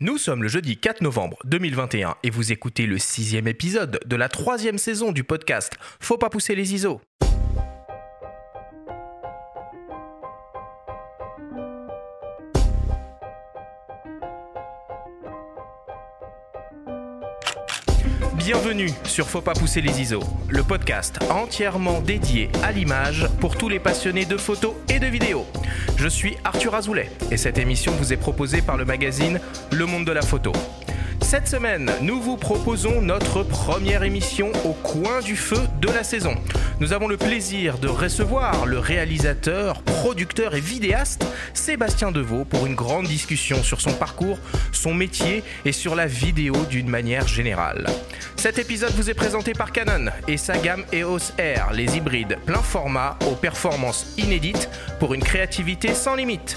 Nous sommes le jeudi 4 novembre 2021 et vous écoutez le 6e épisode de la 3e saison du podcast Faut pas pousser les ISO. Bienvenue sur Faut pas pousser les ISO, le podcast entièrement dédié à l'image pour tous les passionnés de photos et de vidéos. Je suis Arthur Azoulay et cette émission vous est proposée par le magazine Le Monde de la Photo. Cette semaine, nous vous proposons notre première émission au coin du feu de la saison. Nous avons le plaisir de recevoir le réalisateur, producteur et vidéaste Sébastien Deveau pour une grande discussion sur son parcours, son métier et sur la vidéo d'une manière générale. Cet épisode vous est présenté par Canon et sa gamme EOS R, les hybrides plein format aux performances inédites pour une créativité sans limite.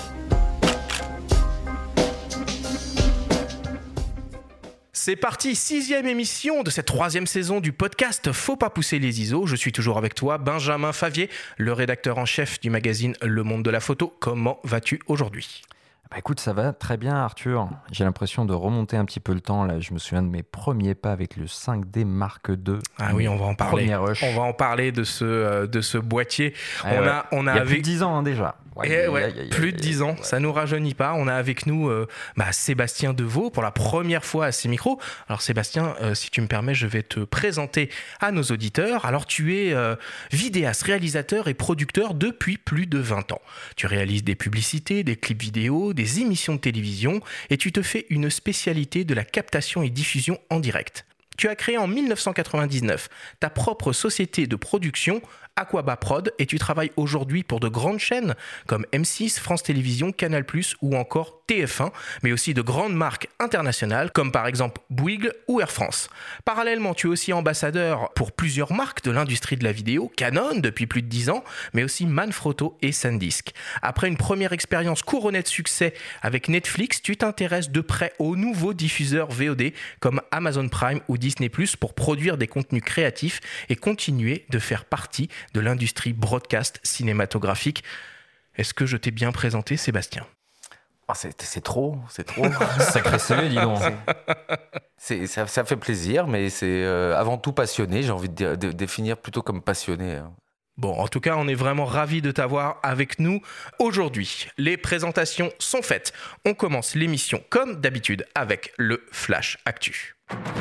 C'est parti, 6e émission de cette 3e saison du podcast Faut pas pousser les ISO. Je suis toujours avec toi, Benjamin Favier, le rédacteur en chef du magazine Le Monde de la Photo. Comment vas-tu aujourd'hui ? Écoute, ça va très bien Arthur. J'ai l'impression de remonter un petit peu le temps. Là, je me souviens de mes premiers pas avec le 5D Mark II. Ah oui, on va en parler. On va en parler de ce boîtier. Il y a plus de 10 ans déjà. Plus de 10 ans, ça nous rajeunit pas. On a avec nous Sébastien Deveau pour la première fois à ces micros. Alors Sébastien, si tu me permets, je vais te présenter à nos auditeurs. Alors tu es vidéaste, réalisateur et producteur depuis plus de 20 ans. Tu réalises des publicités, des clips vidéo, des émissions de télévision et tu te fais une spécialité de la captation et diffusion en direct. Tu as créé en 1999 ta propre société de production, Aquaba Prod, et tu travailles aujourd'hui pour de grandes chaînes comme M6, France Télévisions, Canal+, ou encore TF1, mais aussi de grandes marques internationales comme par exemple Bouygues ou Air France. Parallèlement, tu es aussi ambassadeur pour plusieurs marques de l'industrie de la vidéo, Canon depuis plus de 10 ans, mais aussi Manfrotto et SanDisk. Après une première expérience couronnée de succès avec Netflix, tu t'intéresses de près aux nouveaux diffuseurs VOD comme Amazon Prime ou Disney+, pour produire des contenus créatifs et continuer de faire partie de l'industrie broadcast cinématographique. Est-ce que je t'ai bien présenté, Sébastien ? C'est trop. Sacré CV, dis donc. Ça fait plaisir, mais c'est avant tout passionné. J'ai envie de définir plutôt comme passionné. Bon, en tout cas, on est vraiment ravis de t'avoir avec nous aujourd'hui. Les présentations sont faites. On commence l'émission comme d'habitude avec le Flash Actu.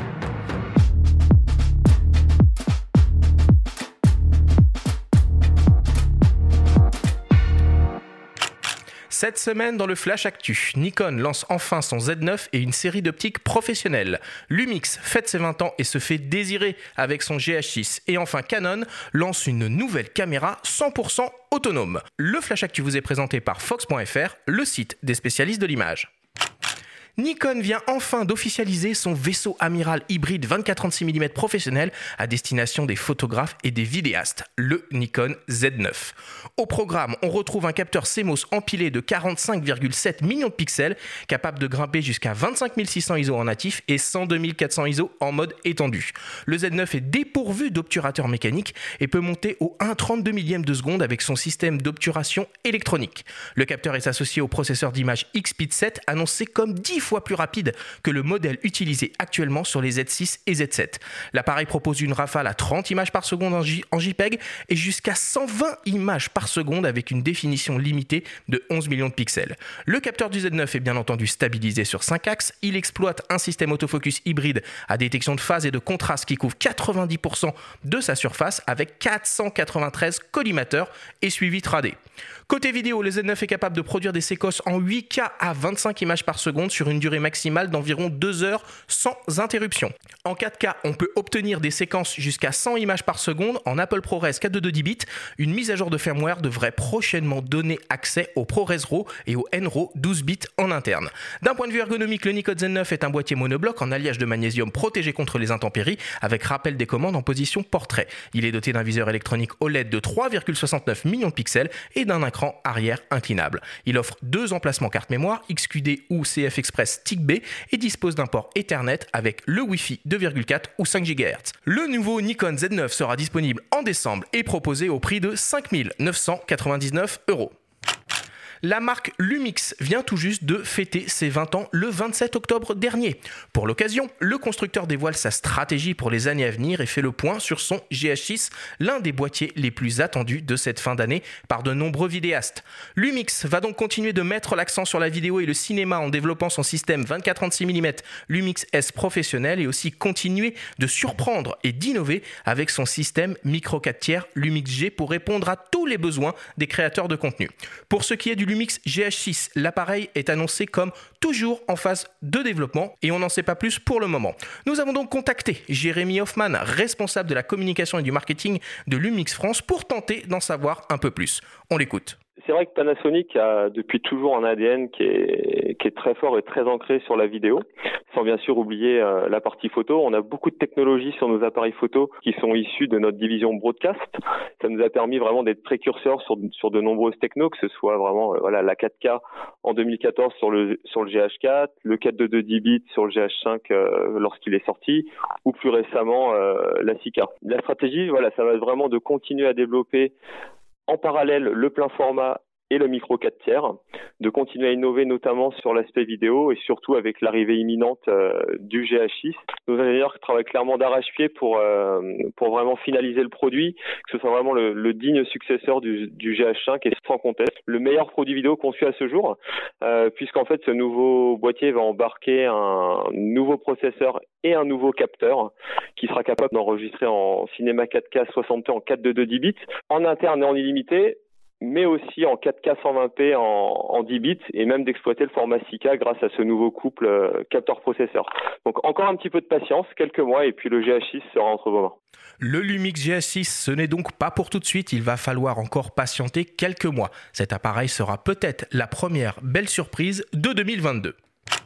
Cette semaine, dans le Flash Actu, Nikon lance enfin son Z9 et une série d'optiques professionnelles. Lumix fête ses 20 ans et se fait désirer avec son GH6. Et enfin, Canon lance une nouvelle caméra 100% autonome. Le Flash Actu vous est présenté par Fox.fr, le site des spécialistes de l'image. Nikon vient enfin d'officialiser son vaisseau amiral hybride 24-36 mm professionnel à destination des photographes et des vidéastes, le Nikon Z9. Au programme, on retrouve un capteur CMOS empilé de 45,7 millions de pixels, capable de grimper jusqu'à 25 600 ISO en natif et 102 400 ISO en mode étendu. Le Z9 est dépourvu d'obturateur mécanique et peut monter au 1/32 millième de seconde avec son système d'obturation électronique. Le capteur est associé au processeur d'image XPEED 7, annoncé comme 10 fois plus rapide que le modèle utilisé actuellement sur les Z6 et Z7. L'appareil propose une rafale à 30 images par seconde en JPEG et jusqu'à 120 images par seconde avec une définition limitée de 11 millions de pixels. Le capteur du Z9 est bien entendu stabilisé sur 5 axes. Il exploite un système autofocus hybride à détection de phase et de contraste qui couvre 90% de sa surface avec 493 collimateurs et suivi 3D. Côté vidéo, le Z9 est capable de produire des séquences en 8K à 25 images par seconde sur une durée maximale d'environ 2 heures sans interruption. En 4K, on peut obtenir des séquences jusqu'à 100 images par seconde en Apple ProRes 422 bits. Une mise à jour de firmware devrait prochainement donner accès au ProRes RAW et au NRAW 12 bits en interne. D'un point de vue ergonomique, le Nikon Z9 est un boîtier monobloc en alliage de magnésium protégé contre les intempéries avec rappel des commandes en position portrait. Il est doté d'un viseur électronique OLED de 3,69 millions de pixels et d'un écran arrière inclinable. Il offre 2 emplacements carte mémoire, XQD ou CF Express Stick B et dispose d'un port Ethernet avec le Wi-Fi 2,4 ou 5 GHz. Le nouveau Nikon Z9 sera disponible en décembre et proposé au prix de 5 999 €. La marque Lumix vient tout juste de fêter ses 20 ans le 27 octobre dernier. Pour l'occasion, le constructeur dévoile sa stratégie pour les années à venir et fait le point sur son GH6, l'un des boîtiers les plus attendus de cette fin d'année par de nombreux vidéastes. Lumix va donc continuer de mettre l'accent sur la vidéo et le cinéma en développant son système 24-36 mm Lumix S professionnel et aussi continuer de surprendre et d'innover avec son système micro 4 tiers Lumix G pour répondre à tous les besoins des créateurs de contenu. Pour ce qui est du Lumix GH6, l'appareil est annoncé comme toujours en phase de développement et on n'en sait pas plus pour le moment. Nous avons donc contacté Jérémy Hoffman, responsable de la communication et du marketing de Lumix France, pour tenter d'en savoir un peu plus. On l'écoute. C'est vrai que Panasonic a depuis toujours un ADN qui est très fort et très ancré sur la vidéo, sans bien sûr oublier la partie photo. On a beaucoup de technologies sur nos appareils photo qui sont issues de notre division broadcast. Ça nous a permis vraiment d'être précurseurs sur de nombreuses technos, que ce soit vraiment la 4K en 2014 sur le GH4, le 422 10 bits sur le GH5 lorsqu'il est sorti, ou plus récemment la 6K. La stratégie, ça va être vraiment de continuer à développer en parallèle le plein format et le micro 4 tiers, de continuer à innover notamment sur l'aspect vidéo et surtout avec l'arrivée imminente du GH6. Nos ingénieurs travaillent clairement d'arrache-pied pour vraiment finaliser le produit, que ce soit vraiment le digne successeur du GH5 et sans conteste le meilleur produit vidéo conçu à ce jour, puisqu'en fait ce nouveau boîtier va embarquer un nouveau processeur et un nouveau capteur qui sera capable d'enregistrer en cinéma 4K 60p en 422 10 bits, en interne et en illimité, mais aussi en 4K 120p en 10 bits et même d'exploiter le format 6K grâce à ce nouveau couple capteur-processeur. Donc encore un petit peu de patience, quelques mois, et puis le GH6 sera entre vos mains. Le Lumix GH6, ce n'est donc pas pour tout de suite, il va falloir encore patienter quelques mois. Cet appareil sera peut-être la première belle surprise de 2022.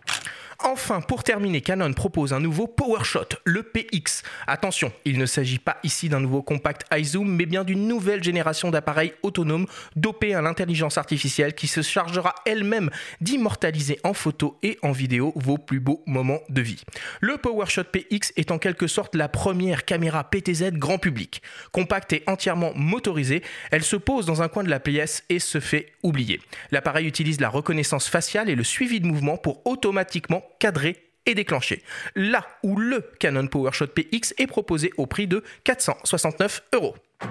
Enfin, pour terminer, Canon propose un nouveau PowerShot, le PX. Attention, il ne s'agit pas ici d'un nouveau compact iZoom, mais bien d'une nouvelle génération d'appareils autonomes dopés à l'intelligence artificielle qui se chargera elle-même d'immortaliser en photo et en vidéo vos plus beaux moments de vie. Le PowerShot PX est en quelque sorte la première caméra PTZ grand public. Compacte et entièrement motorisée, elle se pose dans un coin de la pièce et se fait oublier. L'appareil utilise la reconnaissance faciale et le suivi de mouvement pour automatiquement cadrer et déclencher. Là où le Canon PowerShot PX est proposé au prix de 469 €.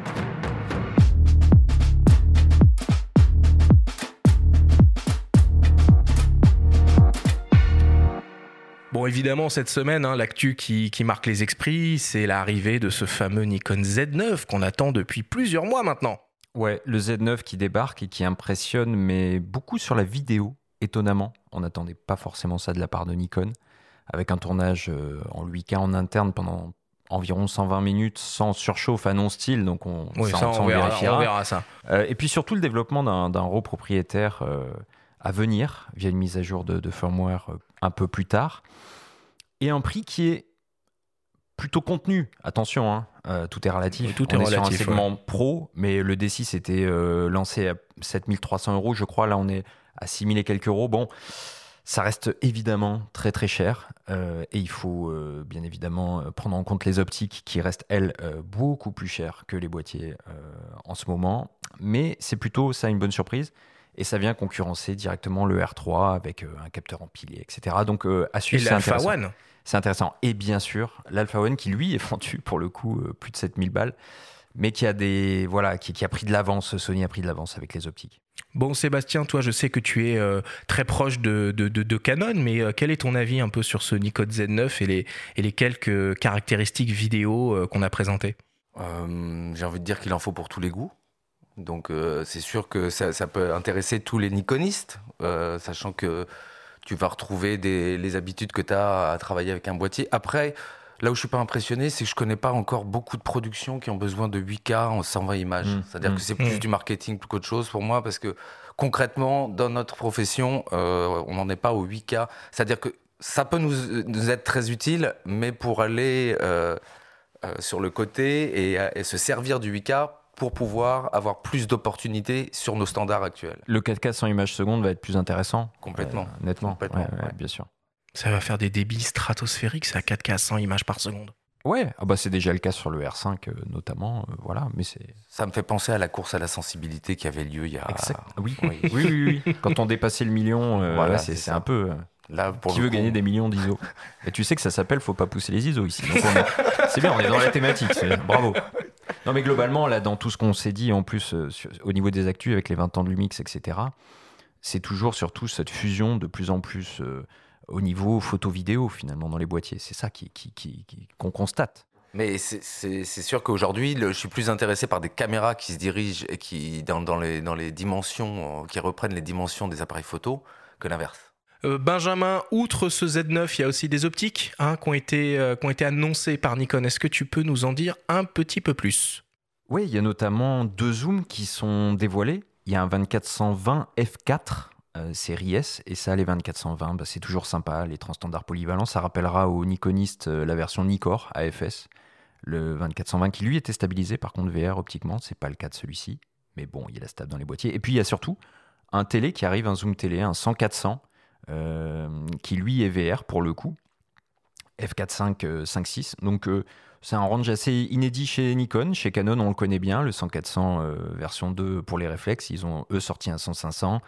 Bon, évidemment, cette semaine, l'actu qui marque les esprits, c'est l'arrivée de ce fameux Nikon Z9 qu'on attend depuis plusieurs mois maintenant. Ouais, le Z9 qui débarque et qui impressionne, mais beaucoup sur la vidéo, étonnamment. On n'attendait pas forcément ça de la part de Nikon, avec un tournage en 8K en interne pendant environ 120 minutes, sans surchauffe à non-style, donc on verra ça. Et puis surtout le développement d'un RAW propriétaire à venir, via une mise à jour de firmware un peu plus tard, et un prix qui est plutôt contenu. Attention, tout est relatif. Tout est relatif, sur un segment pro, mais le D6 était lancé à 7300 €, je crois. Là, on est à 6000 et quelques euros. Bon, ça reste évidemment très très cher et il faut bien évidemment prendre en compte les optiques qui restent, elles, beaucoup plus chères que les boîtiers en ce moment. Mais c'est plutôt ça une bonne surprise et ça vient concurrencer directement le R3 avec un capteur empilé, etc. Donc à suivre, c'est intéressant. One. C'est intéressant. Et bien sûr, l'Alpha One qui lui est vendu pour le coup plus de 7000 balles, mais qui a qui a pris de l'avance. Sony a pris de l'avance avec les optiques. Bon, Sébastien, toi, je sais que tu es très proche de Canon, mais quel est ton avis un peu sur ce Nikon Z9 et les quelques caractéristiques vidéo qu'on a présentées ? J'ai envie de dire qu'il en faut pour tous les goûts. Donc, c'est sûr que ça peut intéresser tous les Nikonistes, sachant que tu vas retrouver les habitudes que tu as à travailler avec un boîtier. Après, là où je suis pas impressionné, c'est que je connais pas encore beaucoup de productions qui ont besoin de 8K en 120 images. C'est-à-dire que c'est plus du marketing plus qu'autre chose pour moi, parce que concrètement, dans notre profession, on n'en est pas au 8K. C'est-à-dire que ça peut nous être très utile, mais pour aller sur le côté et se servir du 8K pour pouvoir avoir plus d'opportunités sur nos standards actuels. Le 4K 100 images secondes va être plus intéressant. Complètement. Nettement. Complètement, ouais, bien sûr. Ça va faire des débits stratosphériques, c'est à 4K à 100 images par seconde. Ouais, c'est déjà le cas sur le R5 notamment, voilà, mais c'est... Ça me fait penser à la course à la sensibilité qui avait lieu il y a... Exact. Oui. Quand on dépassait le million, Voilà, c'est un peu... Là, pour qui veut gagner des millions d'ISO. Et tu sais que ça s'appelle Faut pas pousser les ISO ici. Donc c'est bien, on est dans la thématique, bravo. Non mais globalement, là, dans tout ce qu'on s'est dit, en plus, au niveau des actus avec les 20 ans de Lumix, etc., c'est toujours surtout cette fusion de plus en plus... au niveau photo-vidéo, finalement, dans les boîtiers. C'est ça qu'on constate. Mais c'est sûr qu'aujourd'hui, je suis plus intéressé par des caméras qui se dirigent et qui, dans les dimensions, qui reprennent les dimensions des appareils photo, que l'inverse. Benjamin, outre ce Z9, il y a aussi des optiques qui ont été annoncées par Nikon. Est-ce que tu peux nous en dire un petit peu plus ? Oui, il y a notamment 2 zooms qui sont dévoilés. Il y a un 24-120 f4, série S, et ça, les 24-120, c'est toujours sympa, les transstandards polyvalents. Ça rappellera aux Nikonistes la version Nikkor AFS, le 24-120 qui lui était stabilisé par contre VR optiquement, c'est pas le cas de celui-ci, mais bon, il est stable dans les boîtiers. Et puis il y a surtout un télé qui arrive, un zoom télé, un 100-400, qui lui est VR pour le coup, f4.5, 5.6, donc c'est un range assez inédit chez Nikon. Chez Canon, on le connaît bien, le 100-400 version 2 pour les réflexes, ils ont eux sorti un 100-500.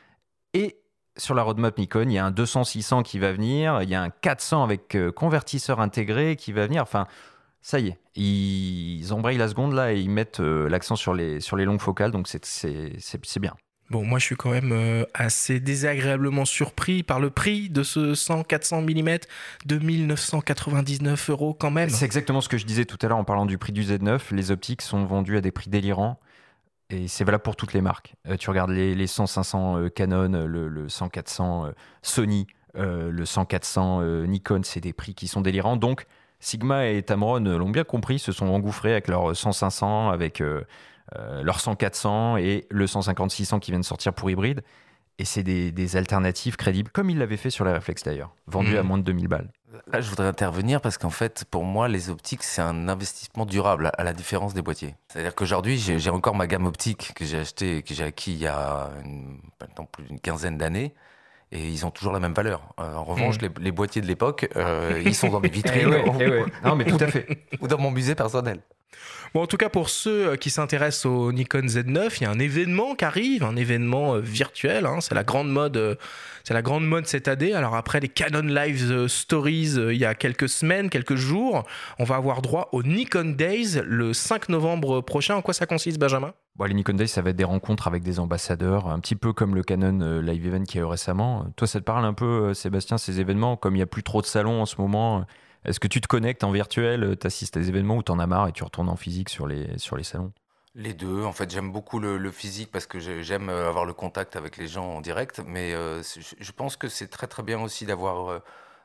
Et sur la roadmap Nikon, il y a un 200-600 qui va venir, il y a un 400 avec convertisseur intégré qui va venir. Enfin, ça y est, ils embrayent la seconde là et ils mettent l'accent sur les longues focales, donc c'est bien. Bon, moi je suis quand même assez désagréablement surpris par le prix de ce 100-400 mm de 1 999 € quand même. C'est exactement ce que je disais tout à l'heure en parlant du prix du Z9. Les optiques sont vendues à des prix délirants. Et c'est valable pour toutes les marques. Tu regardes les 100-500 Canon, le 100-400 Sony, le 100-400 Nikon, c'est des prix qui sont délirants. Donc, Sigma et Tamron l'ont bien compris, se sont engouffrés avec leur 100-500, avec leur 100-400 et le 150-600 qui viennent de sortir pour hybride. Et c'est des alternatives crédibles, comme ils l'avaient fait sur les réflexes d'ailleurs, vendus à moins de 2000 balles. Là, je voudrais intervenir parce qu'en fait, pour moi, les optiques, c'est un investissement durable, à la différence des boîtiers. C'est-à-dire qu'aujourd'hui, j'ai encore ma gamme optique que j'ai achetée, que j'ai acquis il y a maintenant plus d'une quinzaine d'années, et ils ont toujours la même valeur. En revanche, les boîtiers de l'époque, ils sont dans mes vitrines. Non, mais tout à fait. Ou dans mon musée personnel. Bon, en tout cas, pour ceux qui s'intéressent au Nikon Z9, il y a un événement qui arrive, un événement virtuel. C'est la grande mode cette année. Alors après les Canon Live Stories il y a quelques semaines, quelques jours, on va avoir droit au Nikon Days le 5 novembre prochain. En quoi ça consiste, Benjamin ? Les Nikon Days, ça va être des rencontres avec des ambassadeurs, un petit peu comme le Canon Live Event qu'il y a eu récemment. Toi, ça te parle un peu, Sébastien, ces événements, comme il n'y a plus trop de salons en ce moment? Est-ce que tu te connectes en virtuel, tu assistes à des événements ou t'en as marre et tu retournes en physique sur les salons? Les deux. En fait, j'aime beaucoup le physique parce que j'aime avoir le contact avec les gens en direct. Mais je pense que c'est très, très bien aussi d'avoir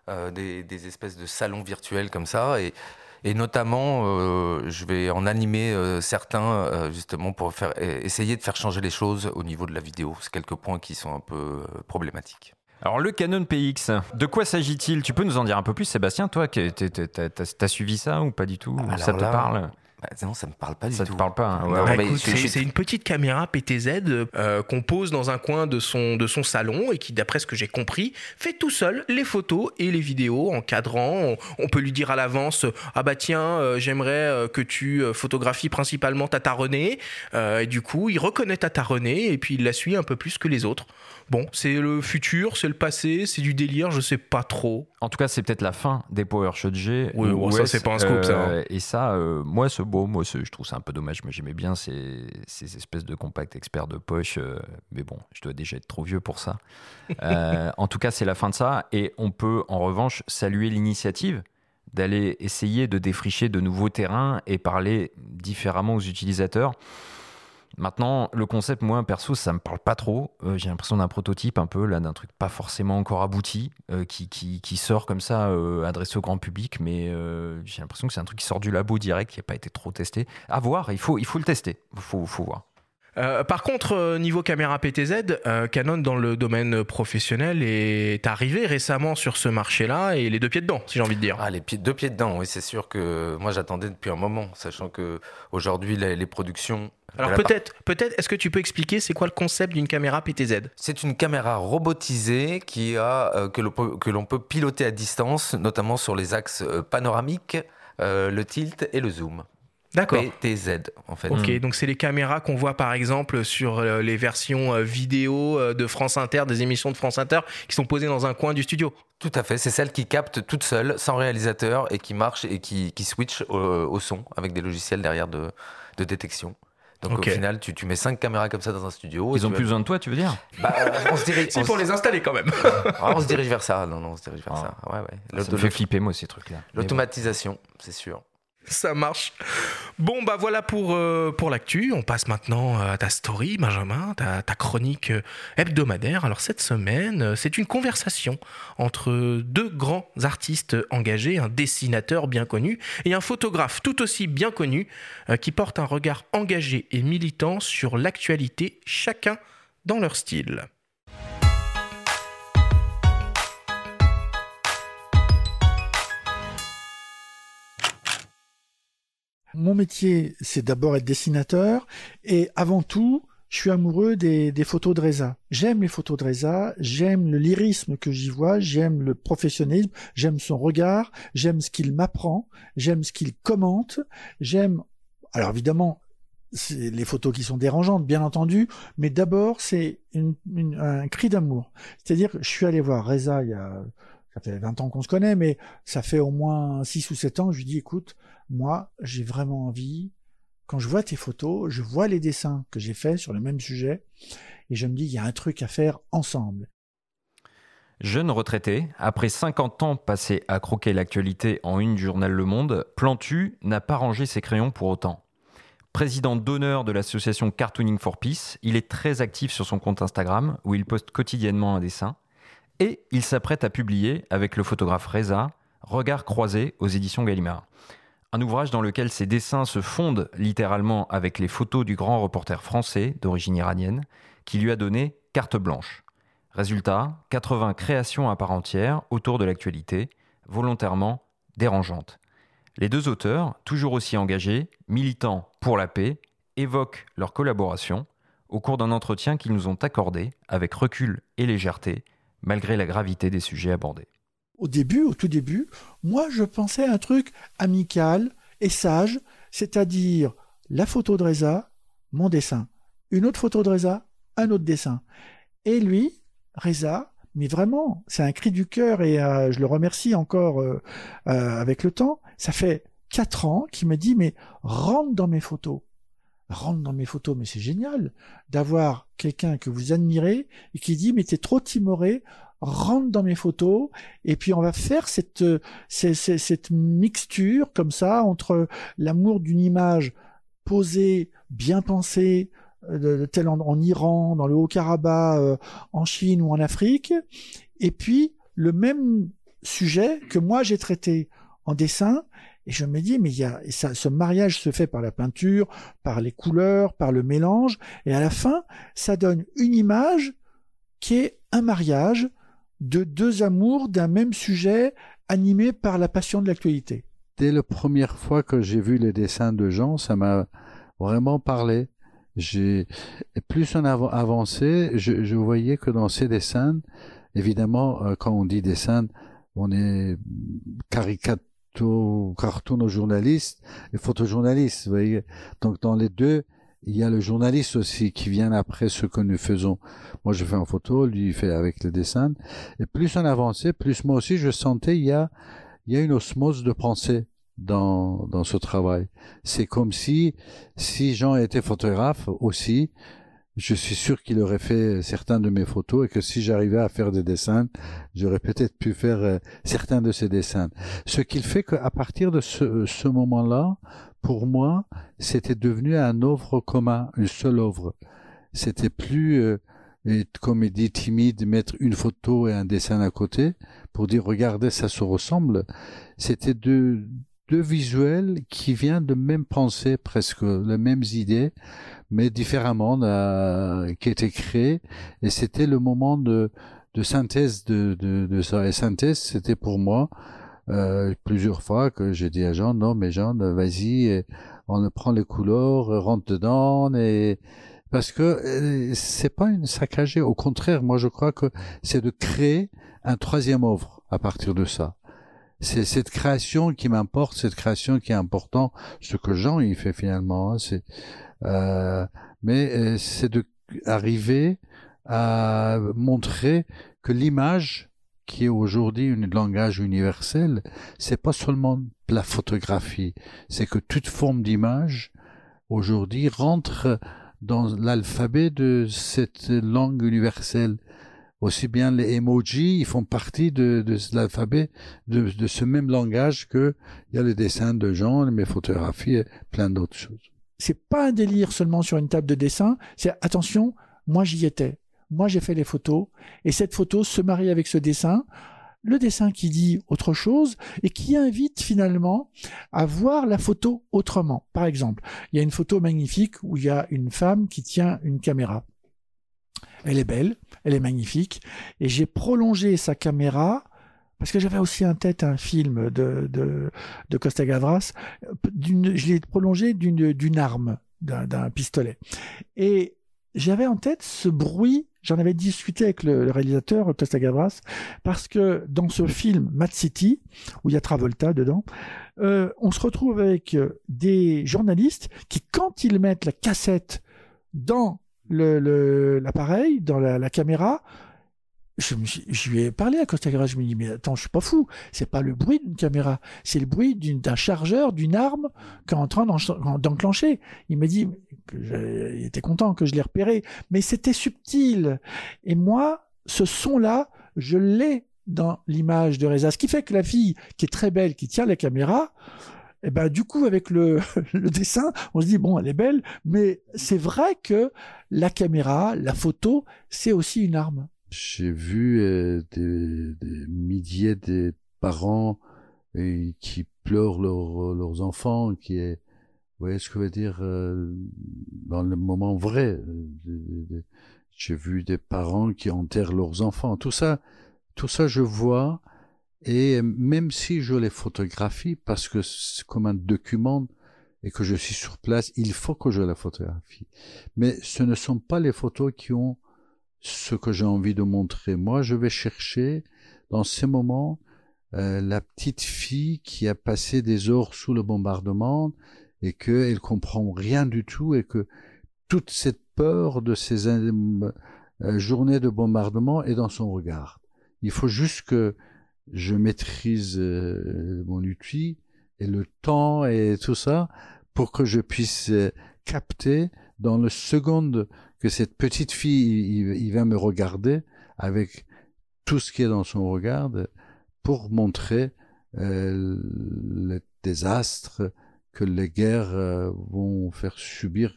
des espèces de salons virtuels comme ça. Et notamment, je vais en animer certains justement pour essayer de faire changer les choses au niveau de la vidéo. C'est quelques points qui sont un peu problématiques. Alors le Canon PX, de quoi s'agit-il? Tu peux nous en dire un peu plus, Sébastien? Toi, t'as suivi ça ou pas du tout? Alors ça te parle? Non, ça me parle pas du tout. Ça te parle pas, hein? Non, écoute, c'est une petite caméra PTZ qu'on pose dans un coin de son salon et qui, d'après ce que j'ai compris, fait tout seul les photos et les vidéos en cadrant. On peut lui dire à l'avance j'aimerais que tu photographies principalement Tata Renée. Et du coup, il reconnaît Tata Renée et puis il la suit un peu plus que les autres. Bon, c'est le futur, c'est le passé, c'est du délire, je sais pas trop. En tout cas, c'est peut-être la fin des PowerShot G. Oui, bon, ça, c'est pas un scoop, ça. Et ça, moi, je trouve ça un peu dommage. Moi, j'aimais bien ces espèces de compacts experts de poche. Mais bon, je dois déjà être trop vieux pour ça. En tout cas, c'est la fin de ça. Et on peut, en revanche, saluer l'initiative d'aller essayer de défricher de nouveaux terrains et parler différemment aux utilisateurs. Maintenant, le concept, moi, perso, ça me parle pas trop. J'ai l'impression d'un prototype un peu, là, d'un truc pas forcément encore abouti, qui sort comme ça, adressé au grand public, mais j'ai l'impression que c'est un truc qui sort du labo direct, qui n'a pas été trop testé. À voir, il faut le tester, il faut voir. Par contre, niveau caméra PTZ, Canon dans le domaine professionnel est arrivé récemment sur ce marché-là et les deux pieds dedans, si j'ai envie de dire. Deux pieds dedans, oui, c'est sûr que moi j'attendais depuis un moment, sachant que aujourd'hui les productions. Alors peut-être, est-ce que tu peux expliquer c'est quoi le concept d'une caméra PTZ ? C'est une caméra robotisée que l'on peut piloter à distance, notamment sur les axes panoramiques, le tilt et le zoom. D'accord. PTZ, en fait. Ok, donc c'est les caméras qu'on voit par exemple sur les versions vidéo de France Inter, des émissions de France Inter, qui sont posées dans un coin du studio. Tout à fait, c'est celle qui capte toute seule, sans réalisateur, et qui marche et qui switch au son avec des logiciels derrière de détection. Donc Ok. au final, tu mets 5 caméras comme ça dans un studio. Ils ont plus besoin de toi, tu veux dire? On se dirige. C'est pour les installer quand même. On se dirige vers ça. Non, on se dirige vers ça. Ouais. Ça me fait flipper, moi, ces trucs-là. Mais bon. L'automatisation, c'est sûr. Ça marche. Bon, bah voilà pour l'actu. On passe maintenant à ta story, Benjamin, ta chronique hebdomadaire. Alors cette semaine, c'est une conversation entre deux grands artistes engagés, un dessinateur bien connu et un photographe tout aussi bien connu qui portent un regard engagé et militant sur l'actualité, chacun dans leur style. Mon métier, c'est d'abord être dessinateur et avant tout, je suis amoureux des photos de Reza. J'aime les photos de Reza, j'aime le lyrisme que j'y vois, j'aime le professionnalisme, j'aime son regard, j'aime ce qu'il m'apprend, j'aime ce qu'il commente, j'aime... Alors évidemment, c'est les photos qui sont dérangeantes, bien entendu, mais d'abord, c'est un cri d'amour. C'est-à-dire que je suis allé voir Reza ça fait 20 ans qu'on se connaît, mais ça fait au moins 6 ou 7 ans, je lui dis, écoute, moi, j'ai vraiment envie, quand je vois tes photos, je vois les dessins que j'ai faits sur le même sujet, et je me dis, il y a un truc à faire ensemble. Jeune retraité, après 50 ans passés à croquer l'actualité en une du journal Le Monde, Plantu n'a pas rangé ses crayons pour autant. Président d'honneur de l'association Cartooning for Peace, il est très actif sur son compte Instagram, où il poste quotidiennement un dessin. Et il s'apprête à publier, avec le photographe Reza, Regards croisés aux éditions Gallimard. Un ouvrage dans lequel ses dessins se fondent littéralement avec les photos du grand reporter français d'origine iranienne, qui lui a donné carte blanche. Résultat, 80 créations à part entière autour de l'actualité, volontairement dérangeantes. Les deux auteurs, toujours aussi engagés, militants pour la paix, évoquent leur collaboration au cours d'un entretien qu'ils nous ont accordé avec recul et légèreté, malgré la gravité des sujets abordés. Au tout début, moi je pensais à un truc amical et sage, c'est-à-dire la photo de Reza, mon dessin, une autre photo de Reza, un autre dessin. Et lui, Reza, mais vraiment, c'est un cri du cœur et je le remercie encore avec le temps, ça fait 4 ans qu'il me dit, mais rentre dans mes photos, mais c'est génial d'avoir quelqu'un que vous admirez et qui dit, mais t'es trop timoré, rentre dans mes photos et puis on va faire cette mixture comme ça entre l'amour d'une image posée, bien pensée, telle en Iran, dans le Haut-Karabakh, en Chine ou en Afrique, et puis le même sujet que moi j'ai traité en dessin. Et je me dis, mais ce mariage se fait par la peinture, par les couleurs, par le mélange, et à la fin, ça donne une image qui est un mariage de deux amours d'un même sujet animé par la passion de l'actualité. Dès la première fois que j'ai vu les dessins de Jean, ça m'a vraiment parlé. Plus on avançait, je voyais que dans ces dessins, évidemment, quand on dit dessin, on est cartoon aux journalistes et photojournalistes, vous voyez. Donc dans les deux, il y a le journaliste aussi qui vient après ce que nous faisons. Moi, je fais en photo, lui il fait avec le dessin. Et plus on avançait, plus moi aussi je sentais il y a une osmose de pensée dans ce travail. C'est comme si Jean était photographe aussi, je suis sûr qu'il aurait fait certains de mes photos et que si j'arrivais à faire des dessins, j'aurais peut-être pu faire certains de ces dessins. Ce qui fait qu'à partir de ce moment-là, pour moi, c'était devenu un œuvre commun, une seule œuvre. C'était plus, comme il dit, timide, mettre une photo et un dessin à côté pour dire, regardez, ça se ressemble. C'était deux visuels qui viennent de même pensée, presque les mêmes idées, mais différemment, qui étaient créés. Et c'était le moment de synthèse de ça. Et synthèse, c'était pour moi, plusieurs fois que j'ai dit à Jean, non, mais Jean, vas-y, on prend les couleurs, rentre dedans, et parce que c'est pas une saccagée. Au contraire, moi, je crois que c'est de créer un troisième œuvre à partir de ça. c'est cette création qui m'importe, cette création qui est importante, ce que Jean il fait finalement. Hein, mais c'est de arriver à montrer que l'image, qui est aujourd'hui un langage universel, c'est pas seulement la photographie, c'est que toute forme d'image aujourd'hui rentre dans l'alphabet de cette langue universelle. Aussi bien les emojis, ils font partie de l'alphabet de ce même langage que il y a les dessins de Jean, mes photographies et plein d'autres choses. C'est pas un délire seulement sur une table de dessin, c'est attention, moi j'y étais. Moi j'ai fait les photos et cette photo se marie avec ce dessin, le dessin qui dit autre chose et qui invite finalement à voir la photo autrement. Par exemple, il y a une photo magnifique où il y a une femme qui tient une caméra. Elle est belle, elle est magnifique, et j'ai prolongé sa caméra, parce que j'avais aussi en tête un film de Costa Gavras, je l'ai prolongé d'une arme, d'un pistolet. Et j'avais en tête ce bruit, j'en avais discuté avec le réalisateur Costa Gavras, parce que dans ce film Mad City, où il y a Travolta dedans, on se retrouve avec des journalistes qui, quand ils mettent la cassette dans l'appareil, dans la caméra, je lui ai parlé à Costa Gavras, je me dis, mais attends, je suis pas fou, c'est pas le bruit d'une caméra, c'est le bruit d'un chargeur, d'une arme qui est en train d'enclencher. Il m'a dit, il était content que je l'ai repéré, mais c'était subtil. Et moi, ce son-là, je l'ai dans l'image de Reza. Ce qui fait que la fille, qui est très belle, qui tient la caméra, et ben du coup avec le dessin, on se dit bon, elle est belle, mais c'est vrai que la caméra, la photo, c'est aussi une arme. J'ai vu des milliers de parents qui pleurent leurs enfants, vous voyez ce que je veux dire, dans le moment vrai. J'ai vu des parents qui enterrent leurs enfants. Tout ça je vois. Et même si je les photographie, parce que c'est comme un document et que je suis sur place, il faut que je la photographie. Mais ce ne sont pas les photos qui ont ce que j'ai envie de montrer. Moi, je vais chercher dans ces moments la petite fille qui a passé des heures sous le bombardement et qu'elle comprend rien du tout et que toute cette peur de ces journées de bombardement est dans son regard. Il faut juste que je maîtrise mon outil et le temps et tout ça pour que je puisse capter dans le seconde que cette petite fille il va me regarder avec tout ce qui est dans son regard pour montrer le désastre que les guerres vont faire subir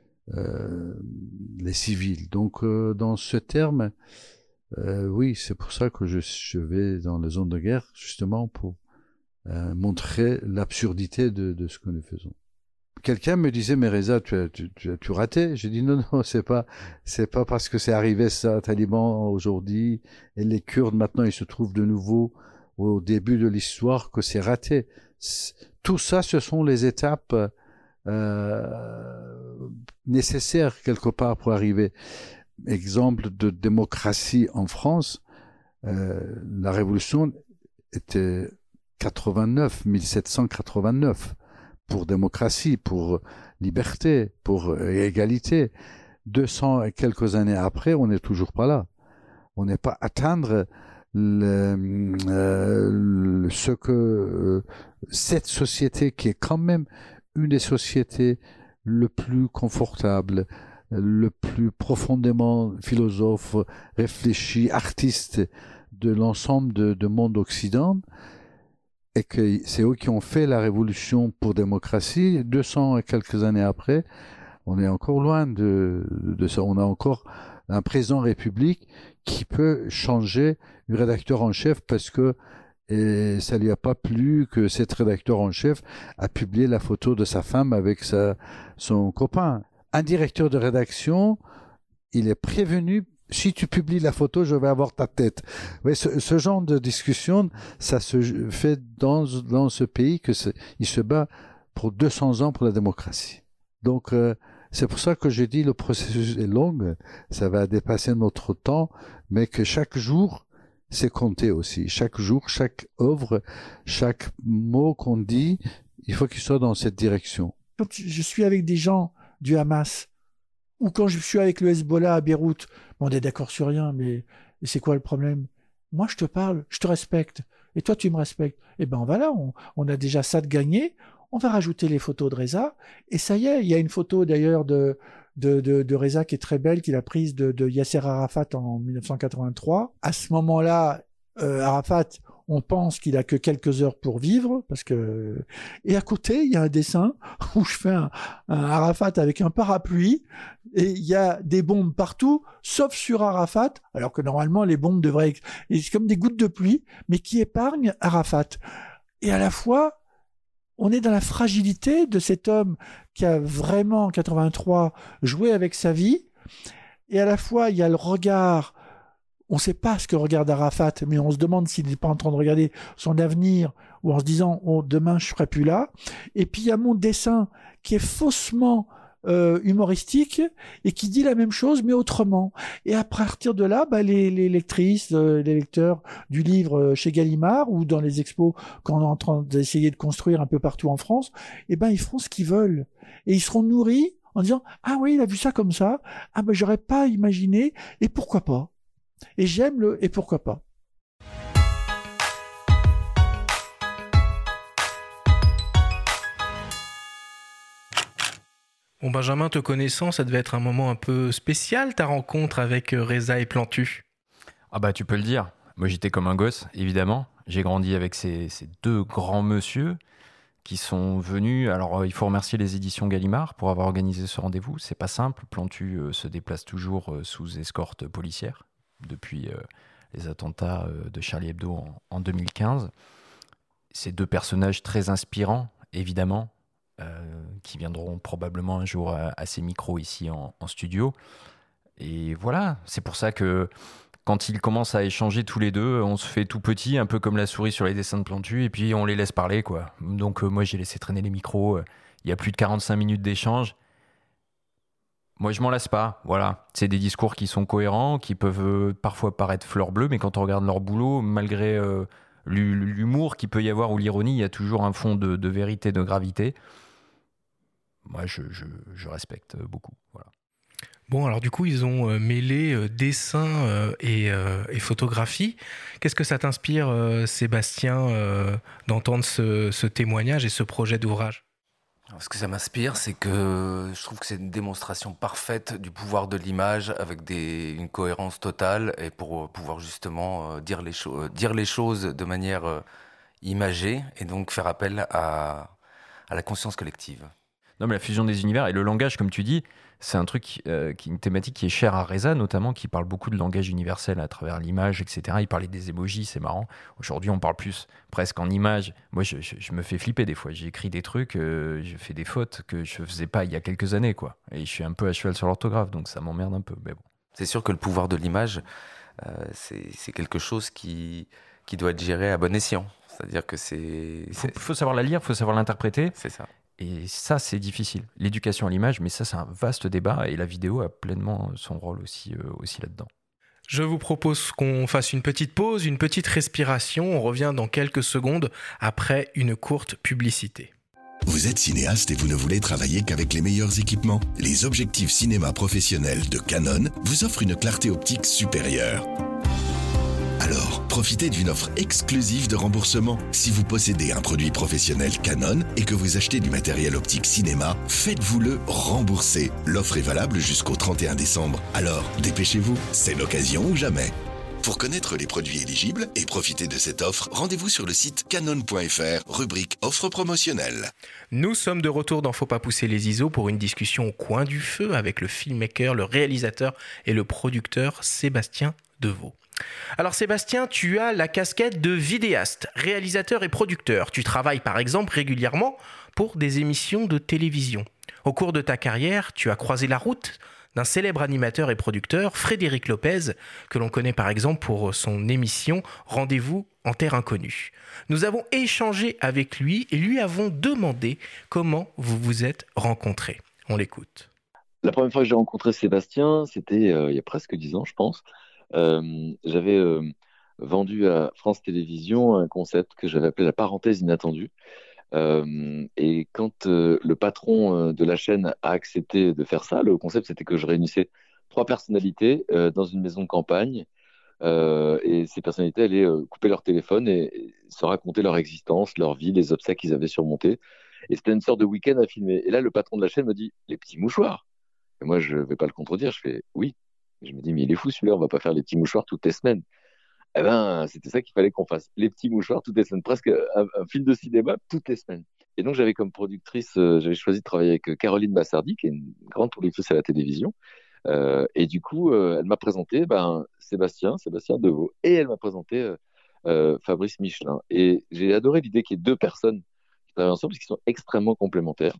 les civils. Donc dans ce terme, oui, c'est pour ça que je vais dans les zones de guerre, justement pour montrer l'absurdité de ce que nous faisons. Quelqu'un me disait, mais Reza, tu raté? J'ai dit non, c'est pas parce que c'est arrivé ça, Taliban aujourd'hui, et les Kurdes maintenant ils se trouvent de nouveau au début de l'histoire que c'est raté. Tout ça, ce sont les étapes nécessaires quelque part pour arriver. Exemple de démocratie en France, la révolution était 1789 pour démocratie, pour liberté, pour égalité. 200 et quelques années après, on n'est toujours pas là. On n'est pas atteindre ce que cette société qui est quand même une des sociétés le plus confortables, le plus profondément philosophe, réfléchi, artiste de l'ensemble de monde occident, et que c'est eux qui ont fait la révolution pour démocratie. 200 et quelques années après, on est encore loin de ça. On a encore un président République qui peut changer le rédacteur en chef parce que ça lui a pas plu que cet rédacteur en chef a publié la photo de sa femme avec son copain. Un directeur de rédaction, il est prévenu, si tu publies la photo, je vais avoir ta tête. Oui, ce genre de discussion, ça se fait dans ce pays il se bat pour 200 ans pour la démocratie. Donc, c'est pour ça que je dis le processus est long, ça va dépasser notre temps, mais que chaque jour, c'est compté aussi. Chaque jour, chaque œuvre, chaque mot qu'on dit, il faut qu'il soit dans cette direction. Quand je suis avec des gens du Hamas, ou quand je suis avec le Hezbollah à Beyrouth, on est d'accord sur rien, mais c'est quoi le problème? Moi, je te parle, je te respecte, et toi, tu me respectes. Eh ben voilà, on a déjà ça de gagné. On va rajouter les photos de Reza, et ça y est, il y a une photo d'ailleurs de Reza qui est très belle, qu'il a prise de Yasser Arafat en 1983. À ce moment-là, Arafat, on pense qu'il a que quelques heures pour vivre, et à côté, il y a un dessin où je fais un Arafat avec un parapluie, et il y a des bombes partout, sauf sur Arafat, alors que normalement, les bombes devraient c'est comme des gouttes de pluie, mais qui épargnent Arafat. Et à la fois, on est dans la fragilité de cet homme qui a vraiment, en 83, joué avec sa vie, et à la fois, il y a le regard. On ne sait pas ce que regarde Arafat, mais on se demande s'il n'est pas en train de regarder son avenir, ou en se disant oh, demain je ne serai plus là. Et puis il y a mon dessin qui est faussement humoristique et qui dit la même chose mais autrement. Et à partir de là, les lectrices, les lecteurs du livre chez Gallimard ou dans les expos qu'on est en train d'essayer de construire un peu partout en France, ils feront ce qu'ils veulent et ils seront nourris en disant ah oui il a vu ça comme ça, ah j'aurais pas imaginé et pourquoi pas. Et j'aime le « et pourquoi pas ». Bon, Benjamin, te connaissant, ça devait être un moment un peu spécial, ta rencontre avec Reza et Plantu. Ah bah tu peux le dire. Moi j'étais comme un gosse, évidemment. J'ai grandi avec ces deux grands messieurs qui sont venus. Alors il faut remercier les éditions Gallimard pour avoir organisé ce rendez-vous. C'est pas simple. Plantu se déplace toujours sous escorte policière depuis les attentats de Charlie Hebdo en 2015. Ces deux personnages très inspirants, évidemment, qui viendront probablement un jour à ces micros ici en studio. Et voilà, c'est pour ça que quand ils commencent à échanger tous les deux, on se fait tout petit, un peu comme la souris sur les dessins de Plantu, et puis on les laisse parler, quoi. Donc moi, j'ai laissé traîner les micros. Il y a plus de 45 minutes d'échange. Moi, je m'en lasse pas, voilà. C'est des discours qui sont cohérents, qui peuvent parfois paraître fleur bleue, mais quand on regarde leur boulot, malgré l'humour qu'il peut y avoir ou l'ironie, il y a toujours un fond de vérité, de gravité. Moi, je respecte beaucoup, voilà. Bon, alors du coup, ils ont mêlé dessin et photographie. Qu'est-ce que ça t'inspire, Sébastien, d'entendre ce témoignage et ce projet d'ouvrage ? Ce que ça m'inspire, c'est que je trouve que c'est une démonstration parfaite du pouvoir de l'image avec une cohérence totale et pour pouvoir justement dire les choses de manière imagée et donc faire appel à la conscience collective. Non, mais la fusion des univers et le langage, comme tu dis, c'est un truc, une thématique qui est chère à Reza, notamment, qui parle beaucoup de langage universel à travers l'image, etc. Il parlait des emojis, c'est marrant. Aujourd'hui, on parle plus presque en images. Moi, je me fais flipper des fois. J'écris des trucs, je fais des fautes que je faisais pas il y a quelques années, quoi. Et je suis un peu à cheval sur l'orthographe, donc ça m'emmerde un peu. Mais bon. C'est sûr que le pouvoir de l'image, c'est quelque chose qui doit être géré à bon escient. C'est-à-dire que faut savoir la lire, il faut savoir l'interpréter. C'est ça. Et ça, c'est difficile. L'éducation à l'image, mais ça, c'est un vaste débat et la vidéo a pleinement son rôle aussi là-dedans. Je vous propose qu'on fasse une petite pause, une petite respiration. On revient dans quelques secondes après une courte publicité. Vous êtes cinéaste et vous ne voulez travailler qu'avec les meilleurs équipements ? Les objectifs cinéma professionnels de Canon vous offrent une clarté optique supérieure. Alors, profitez d'une offre exclusive de remboursement. Si vous possédez un produit professionnel Canon et que vous achetez du matériel optique cinéma, faites-vous-le rembourser. L'offre est valable jusqu'au 31 décembre. Alors, dépêchez-vous, c'est l'occasion ou jamais. Pour connaître les produits éligibles et profiter de cette offre, rendez-vous sur le site canon.fr, rubrique offre promotionnelle. Nous sommes de retour dans Faut pas pousser les ISO pour une discussion au coin du feu avec le filmmaker, le réalisateur et le producteur Sébastien Deveau. Alors Sébastien, tu as la casquette de vidéaste, réalisateur et producteur. Tu travailles par exemple régulièrement pour des émissions de télévision. Au cours de ta carrière, tu as croisé la route d'un célèbre animateur et producteur, Frédéric Lopez, que l'on connaît par exemple pour son émission Rendez-vous en terre inconnue. Nous avons échangé avec lui et lui avons demandé comment vous vous êtes rencontrés. On l'écoute. La première fois que j'ai rencontré Sébastien, c'était il y a presque 10 ans, je pense. J'avais vendu à France Télévisions un concept que j'avais appelé la parenthèse inattendue. Et quand le patron de la chaîne a accepté de faire ça, le concept c'était que je réunissais 3 personnalités dans une maison de campagne. Et ces personnalités allaient couper leur téléphone et se raconter leur existence, leur vie, les obstacles qu'ils avaient surmontés. Et c'était une sorte de week-end à filmer. Et là, le patron de la chaîne me dit, les petits mouchoirs. Et moi, je ne vais pas le contredire. Je fais, oui. Et je me dis, mais il est fou celui-là, on va pas faire les petits mouchoirs toutes les semaines. Eh ben, c'était ça qu'il fallait qu'on fasse. Les petits mouchoirs toutes les semaines. Presque un film de cinéma toutes les semaines. Et donc, j'avais comme productrice, j'avais choisi de travailler avec Caroline Bassardi, qui est une grande productrice à la télévision. Et du coup, elle m'a présenté Sébastien Deveau, et elle m'a présenté Fabrice Michelin. Et j'ai adoré l'idée qu'il y ait 2 personnes qui travaillent ensemble, parce qu'ils sont extrêmement complémentaires.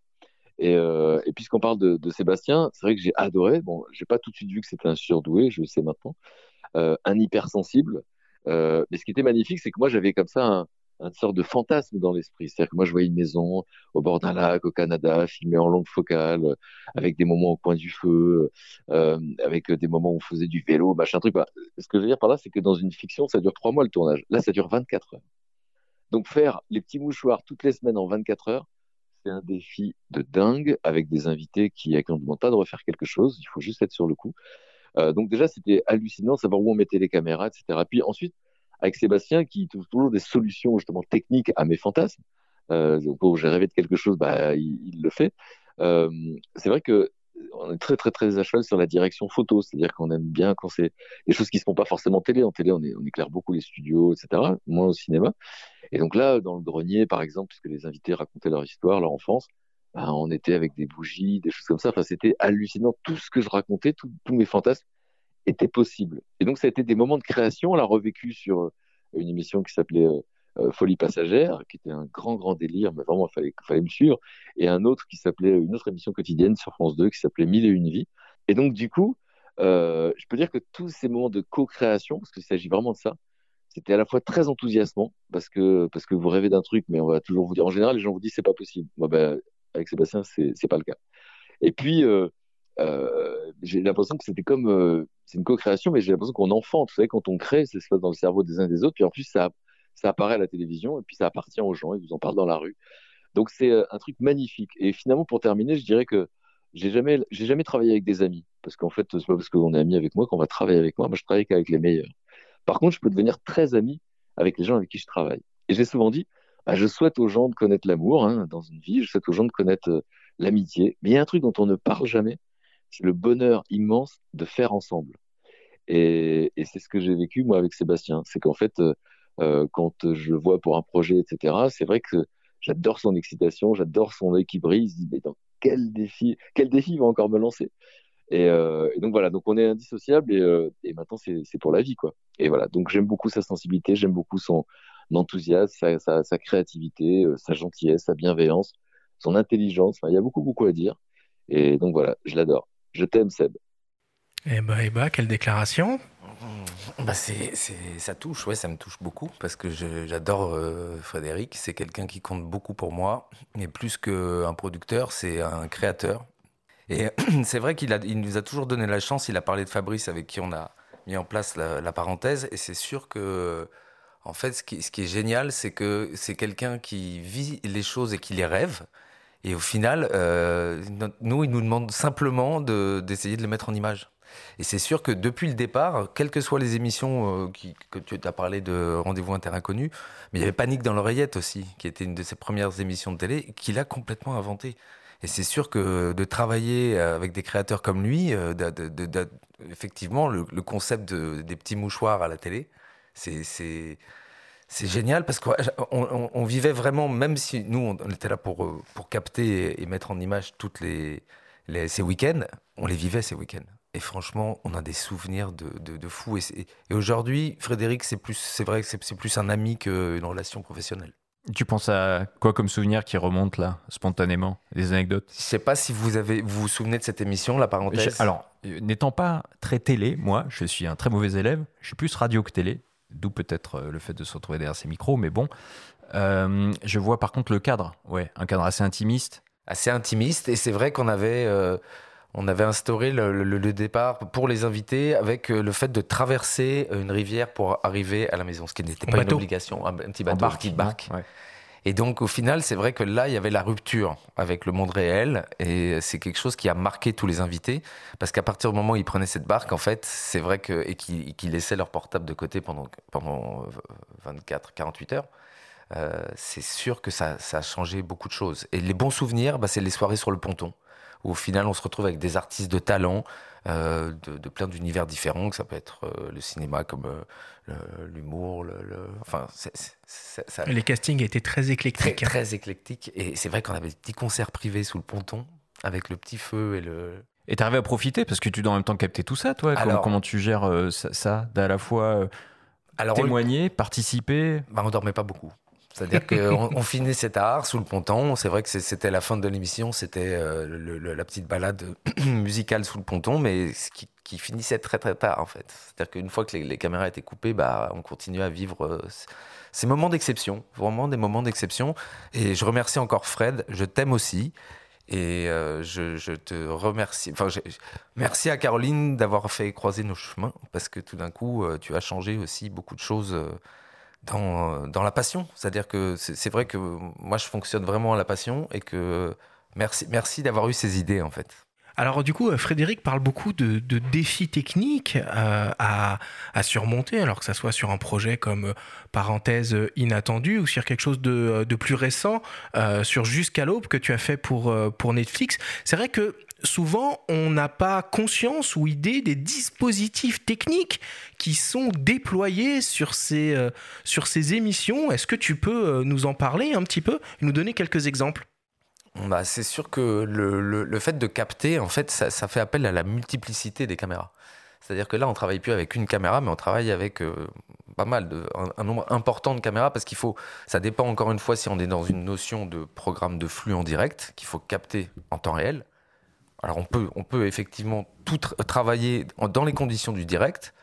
Et puisqu'on parle de Sébastien, c'est vrai que j'ai adoré. Bon, j'ai pas tout de suite vu que c'était un surdoué, je le sais maintenant, un hypersensible. Mais ce qui était magnifique, c'est que moi, j'avais comme ça une sorte de fantasme dans l'esprit. C'est-à-dire que moi, je voyais une maison au bord d'un lac au Canada, filmée en longue focale, avec des moments au coin du feu, avec des moments où on faisait du vélo, machin truc. Bah, ce que je veux dire par là, c'est que dans une fiction, ça dure 3 mois le tournage. Là, ça dure 24 heures. Donc, faire les petits mouchoirs toutes les semaines en 24 heures, c'est un défi de dingue, avec des invités qui ne demandent pas de refaire quelque chose. Il faut juste être sur le coup. Donc déjà, c'était hallucinant de savoir où on mettait les caméras, etc. Puis ensuite, avec Sébastien, qui trouve toujours des solutions justement techniques à mes fantasmes. Donc, quand j'ai rêvé de quelque chose, bah, il le fait. C'est vrai que on est très, très, très à cheval sur la direction photo. C'est-à-dire qu'on aime bien quand c'est des choses qui se font pas forcément en télé. En télé, on éclaire beaucoup les studios, etc. Moins au cinéma. Et donc là, dans le grenier, par exemple, puisque les invités racontaient leur histoire, leur enfance, ben, on était avec des bougies, des choses comme ça. Enfin, c'était hallucinant. Tout ce que je racontais, tous mes fantasmes étaient possibles. Et donc, ça a été des moments de création. On l'a revécu sur une émission qui s'appelait Folie passagère, qui était un grand, grand délire, mais vraiment, il fallait me suivre. Et une autre émission quotidienne sur France 2 qui s'appelait 1001 vies. Et donc, du coup, je peux dire que tous ces moments de co-création, parce qu'il s'agit vraiment de ça, c'était à la fois très enthousiasmant, parce que vous rêvez d'un truc, mais on va toujours vous dire, en général, les gens vous disent, c'est pas possible. Moi, ben, avec Sébastien, c'est pas le cas. Et puis, j'ai l'impression que c'était comme, c'est une co-création, mais j'ai l'impression qu'on enfante. Vous savez, quand on crée, ça se passe dans le cerveau des uns et des autres, puis en plus, ça apparaît à la télévision, et puis ça appartient aux gens, ils vous en parlent dans la rue. Donc, c'est un truc magnifique. Et finalement, pour terminer, je dirais que j'ai jamais travaillé avec des amis, parce qu'en fait, c'est pas parce qu'on est amis avec moi qu'on va travailler avec moi. Moi, je travaille qu'avec les meilleurs. Par contre, je peux devenir très ami avec les gens avec qui je travaille. Et j'ai souvent dit, bah, je souhaite aux gens de connaître l'amour dans une vie, je souhaite aux gens de connaître l'amitié. Mais il y a un truc dont on ne parle jamais, c'est le bonheur immense de faire ensemble. Et c'est ce que j'ai vécu, moi, avec Sébastien. C'est qu'en fait, quand je le vois pour un projet, etc., c'est vrai que j'adore son excitation, j'adore son œil qui brille. Il se dit, mais dans quel défi il va encore me lancer? Et donc voilà, donc on est indissociables et maintenant c'est pour la vie, quoi. Et voilà, donc j'aime beaucoup sa sensibilité, j'aime beaucoup son enthousiasme, sa créativité, sa gentillesse, sa bienveillance, son intelligence. Enfin, il y a beaucoup, beaucoup à dire. Et donc voilà, je l'adore. Je t'aime, Seb. Eh bah, quelle déclaration! Bah ça touche, ouais, ça me touche beaucoup parce que j'adore Frédéric. C'est quelqu'un qui compte beaucoup pour moi. Et plus qu'un producteur, c'est un créateur. Et c'est vrai qu'il nous a toujours donné la chance. Il a parlé de Fabrice avec qui on a mis en place la parenthèse. Et c'est sûr que, en fait, ce qui est génial, c'est que c'est quelqu'un qui vit les choses et qui les rêve. Et au final, il nous demande simplement d'essayer de les mettre en image. Et c'est sûr que depuis le départ, quelles que soient les émissions que tu as parlé de Rendez-vous Inter-Inconnu, mais il y avait Panique dans l'oreillette aussi, qui était une de ses premières émissions de télé, qu'il a complètement inventé. Et c'est sûr que de travailler avec des créateurs comme lui, effectivement, le concept des petits mouchoirs à la télé, c'est génial parce qu'on vivait vraiment, même si nous, on était là pour capter et mettre en image ces week-ends, on les vivait ces week-ends. Et franchement, on a des souvenirs de fous. Et aujourd'hui, Frédéric, c'est vrai que c'est plus un ami qu'une relation professionnelle. Tu penses à quoi comme souvenir qui remonte là, spontanément, des anecdotes? Je sais pas si vous vous souvenez de cette émission, la parenthèse. Alors, n'étant pas très télé, moi, je suis un très mauvais élève. Je suis plus radio que télé, d'où peut-être le fait de se retrouver derrière ces micros. Mais bon, je vois par contre le cadre. Ouais, un cadre assez intimiste. Assez intimiste. Et c'est vrai qu'on avait On avait instauré le départ pour les invités avec le fait de traverser une rivière pour arriver à la maison, ce qui n'était pas une obligation, un petit bateau, une petite barque. Ouais. Et donc, au final, c'est vrai que là, il y avait la rupture avec le monde réel. Et c'est quelque chose qui a marqué tous les invités. Parce qu'à partir du moment où ils prenaient cette barque, en fait, c'est vrai et qu'ils laissaient leur portable de côté pendant 24, 48 heures, c'est sûr que ça a changé beaucoup de choses. Et les bons souvenirs, c'est les soirées sur le ponton. Où au final, on se retrouve avec des artistes de talent, de plein d'univers différents, que ça peut être le cinéma comme l'humour, enfin, ça... Les castings étaient très éclectiques. Très éclectiques, et c'est vrai qu'on avait des petits concerts privés sous le ponton, avec le petit feu Et t'arrives à profiter, parce que tu dois en même temps capter tout ça, toi. Comment tu gères ça d'à la fois témoigner, participer? On dormait pas beaucoup. C'est-à-dire qu'on finissait tard sous le ponton. C'est vrai que c'était la fin de l'émission, c'était la petite balade musicale sous le ponton, mais qui finissait très très tard en fait. C'est-à-dire qu'une fois que les caméras étaient coupées, on continuait à vivre ces moments d'exception, vraiment des moments d'exception. Et je remercie encore Fred, je t'aime aussi. Et je te remercie. Merci à Caroline d'avoir fait croiser nos chemins, parce que tout d'un coup, tu as changé aussi beaucoup de choses. Dans la passion, c'est-à-dire que c'est vrai que moi je fonctionne vraiment à la passion et que merci d'avoir eu ces idées en fait. Alors du coup, Frédéric parle beaucoup de défis techniques à surmonter, alors que ça soit sur un projet comme Parenthèse inattendue ou sur quelque chose de plus récent, sur Jusqu'à l'aube que tu as fait pour Netflix. C'est vrai que souvent, on n'a pas conscience ou idée des dispositifs techniques qui sont déployés sur ces émissions. Est-ce que tu peux nous en parler un petit peu, nous donner quelques exemples ? C'est sûr que le fait de capter, en fait, ça fait appel à la multiplicité des caméras. C'est-à-dire que là, on travaille plus avec une caméra, mais on travaille avec pas mal, un nombre important de caméras, parce ça dépend encore une fois si on est dans une notion de programme de flux en direct, qu'il faut capter en temps réel. Alors on peut effectivement tout travailler dans les conditions du direct,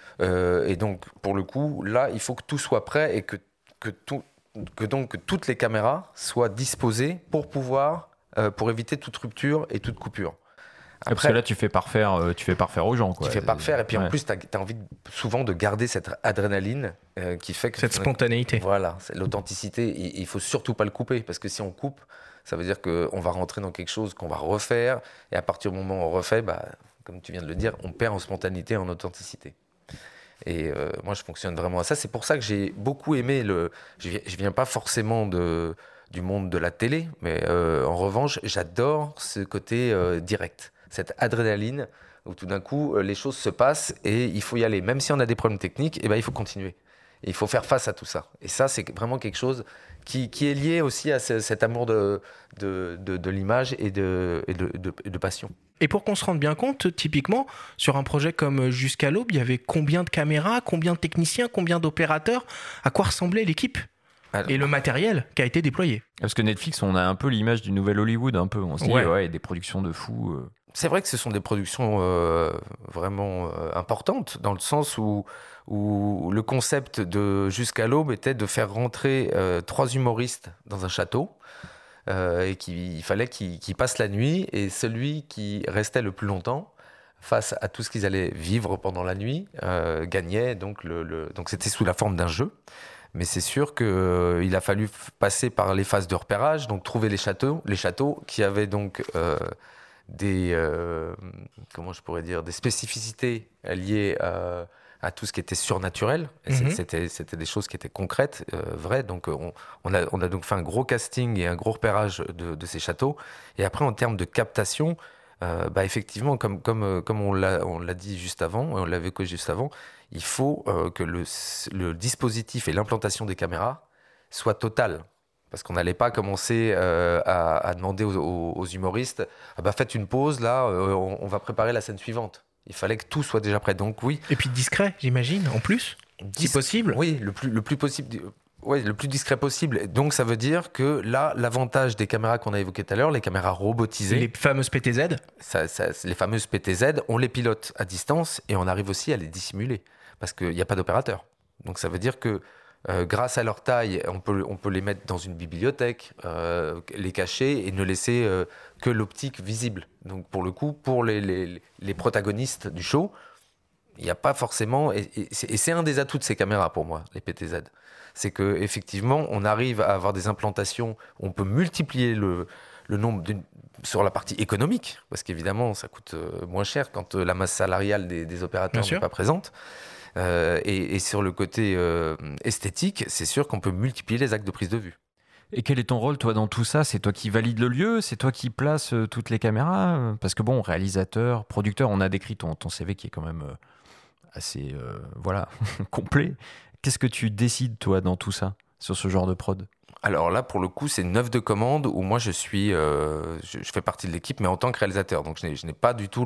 et donc pour le coup, là, il faut que tout soit prêt et que toutes les caméras soient disposées pour éviter toute rupture et toute coupure. Après, parce que là, tu fais parfaire aux gens, quoi. Tu fais parfaire, et puis en plus, tu as envie souvent de garder cette adrénaline qui fait que... Cette spontanéité. Voilà, c'est l'authenticité. Il faut surtout pas le couper, parce que si on coupe, ça veut dire qu'on va rentrer dans quelque chose qu'on va refaire, et à partir du moment où on refait, comme tu viens de le dire, on perd en spontanéité, en authenticité. Et moi, je fonctionne vraiment à ça. C'est pour ça que j'ai beaucoup aimé Je viens pas forcément du monde de la télé, mais en revanche, j'adore ce côté direct, cette adrénaline où tout d'un coup, les choses se passent et il faut y aller. Même si on a des problèmes techniques, il faut continuer. Et il faut faire face à tout ça. Et ça, c'est vraiment quelque chose qui est lié aussi à cet amour de l'image et de passion. Et pour qu'on se rende bien compte, typiquement, sur un projet comme Jusqu'à l'aube, il y avait combien de caméras, combien de techniciens, combien d'opérateurs? À quoi ressemblait l'équipe? Et le matériel qui a été déployé? Parce que Netflix, on a un peu l'image du nouvel Hollywood, un peu. On se dit, des productions de fous. C'est vrai que ce sont des productions vraiment importantes, dans le sens où le concept de Jusqu'à l'aube était de faire rentrer 3 humoristes dans un château, et il fallait qu'ils passent la nuit, et celui qui restait le plus longtemps face à tout ce qu'ils allaient vivre pendant la nuit gagnait. Donc c'était sous la forme d'un jeu. Mais c'est sûr qu'il a fallu passer par les phases de repérage, donc trouver les châteaux qui avaient donc des spécificités liées à tout ce qui était surnaturel. C'était des choses qui étaient concrètes, vraies. Donc on a donc fait un gros casting et un gros repérage de ces châteaux. Et après, en termes de captation, effectivement, comme on l'a dit juste avant, on l'avait évoqué juste avant, il faut que le dispositif et l'implantation des caméras soient totales. Parce qu'on n'allait pas commencer à demander aux humoristes faites une pause, là, on va préparer la scène suivante. Il fallait que tout soit déjà prêt. Donc oui. Et puis discret, j'imagine, en plus, si possible. Oui, le plus possible. Oui, le plus discret possible. Donc ça veut dire que là, l'avantage des caméras qu'on a évoquées tout à l'heure, les caméras robotisées, les fameuses PTZ, les fameuses PTZ, on les pilote à distance et on arrive aussi à les dissimuler parce qu'il n'y a pas d'opérateur. Donc ça veut dire que grâce à leur taille, on peut les mettre dans une bibliothèque, les cacher et ne laisser que l'optique visible. Donc pour le coup, pour les protagonistes du show, il n'y a pas forcément... Et c'est un des atouts de ces caméras pour moi, les PTZ. C'est qu'effectivement, on arrive à avoir des implantations, on peut multiplier le nombre sur la partie économique, parce qu'évidemment, ça coûte moins cher quand la masse salariale des opérateurs n'est pas présente. Et sur le côté esthétique, c'est sûr qu'on peut multiplier les actes de prise de vue. Et quel est ton rôle, toi, dans tout ça? C'est toi qui valides le lieu? C'est toi qui places toutes les caméras? Parce que bon, réalisateur, producteur, on a décrit ton CV qui est quand même assez complet. Qu'est-ce que tu décides, toi, dans tout ça, sur ce genre de prod? Alors là, pour le coup, c'est une œuvre de commande où moi, je fais partie de l'équipe, mais en tant que réalisateur. Donc, je n'ai pas du tout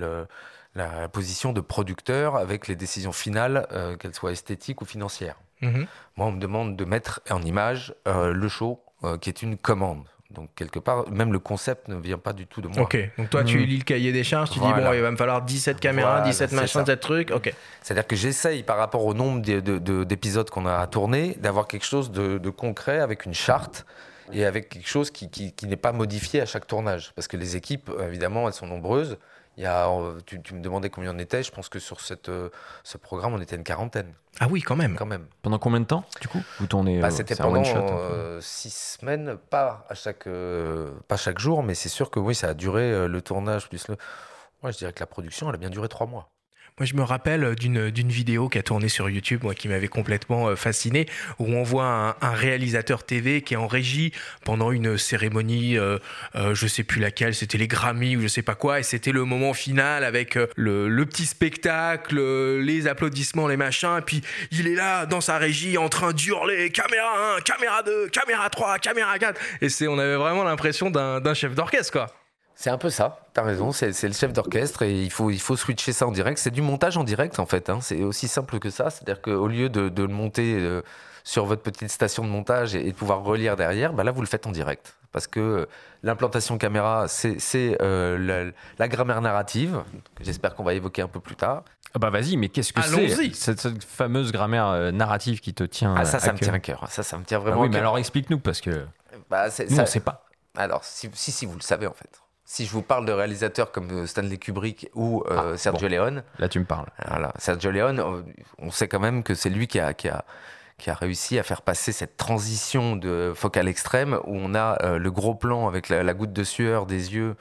la position de producteur avec les décisions finales, qu'elles soient esthétiques ou financières. Moi, on me demande de mettre en image le show, qui est une commande. Donc, quelque part, même le concept ne vient pas du tout de moi. Ok, donc toi, tu lis le cahier des charges, tu dis, bon, il va me falloir 17 caméras, 17 machins, 17 trucs, ok. C'est-à-dire que j'essaye, par rapport au nombre d'épisodes qu'on a à tourner, d'avoir quelque chose de concret, avec une charte, et avec quelque chose qui n'est pas modifié à chaque tournage. Parce que les équipes, évidemment, elles sont nombreuses. Tu me demandais combien on était, je pense que sur ce programme, on était une quarantaine. Ah oui, quand même. Pendant combien de temps, du coup? Vous tournez, c'était pendant 6 semaines, pas chaque jour, mais c'est sûr que oui, ça a duré le tournage, plus moi je dirais que la production, elle a bien duré 3 mois. Moi, je me rappelle d'une vidéo qui a tourné sur YouTube, moi, qui m'avait complètement fasciné, où on voit un réalisateur TV qui est en régie pendant une cérémonie, je sais plus laquelle, c'était les Grammy ou je sais pas quoi, et c'était le moment final avec le petit spectacle, les applaudissements, les machins, et puis il est là dans sa régie en train d'hurler caméra 1, caméra 2, caméra 3, caméra 4, et on avait vraiment l'impression d'un chef d'orchestre, quoi. C'est un peu ça, t'as raison, c'est le chef d'orchestre et il faut switcher ça en direct. C'est du montage en direct en fait, c'est aussi simple que ça. C'est-à-dire qu'au lieu de le monter sur votre petite station de montage et de pouvoir relire derrière, là vous le faites en direct. Parce que l'implantation caméra, c'est la grammaire narrative, que j'espère qu'on va évoquer un peu plus tard. Ah bah vas-y, mais qu'est-ce que c'est cette fameuse grammaire narrative qui te tient à ça me tient à cœur. Ça me tient vraiment à cœur. Mais alors explique-nous, parce que nous on ne sait pas. Alors, si vous le savez en fait. Si je vous parle de réalisateurs comme Stanley Kubrick ou Sergio Leone... Là, tu me parles. Voilà. Sergio Leone, on sait quand même que c'est lui qui a réussi à faire passer cette transition de focale extrême où on a le gros plan avec la goutte de sueur des yeux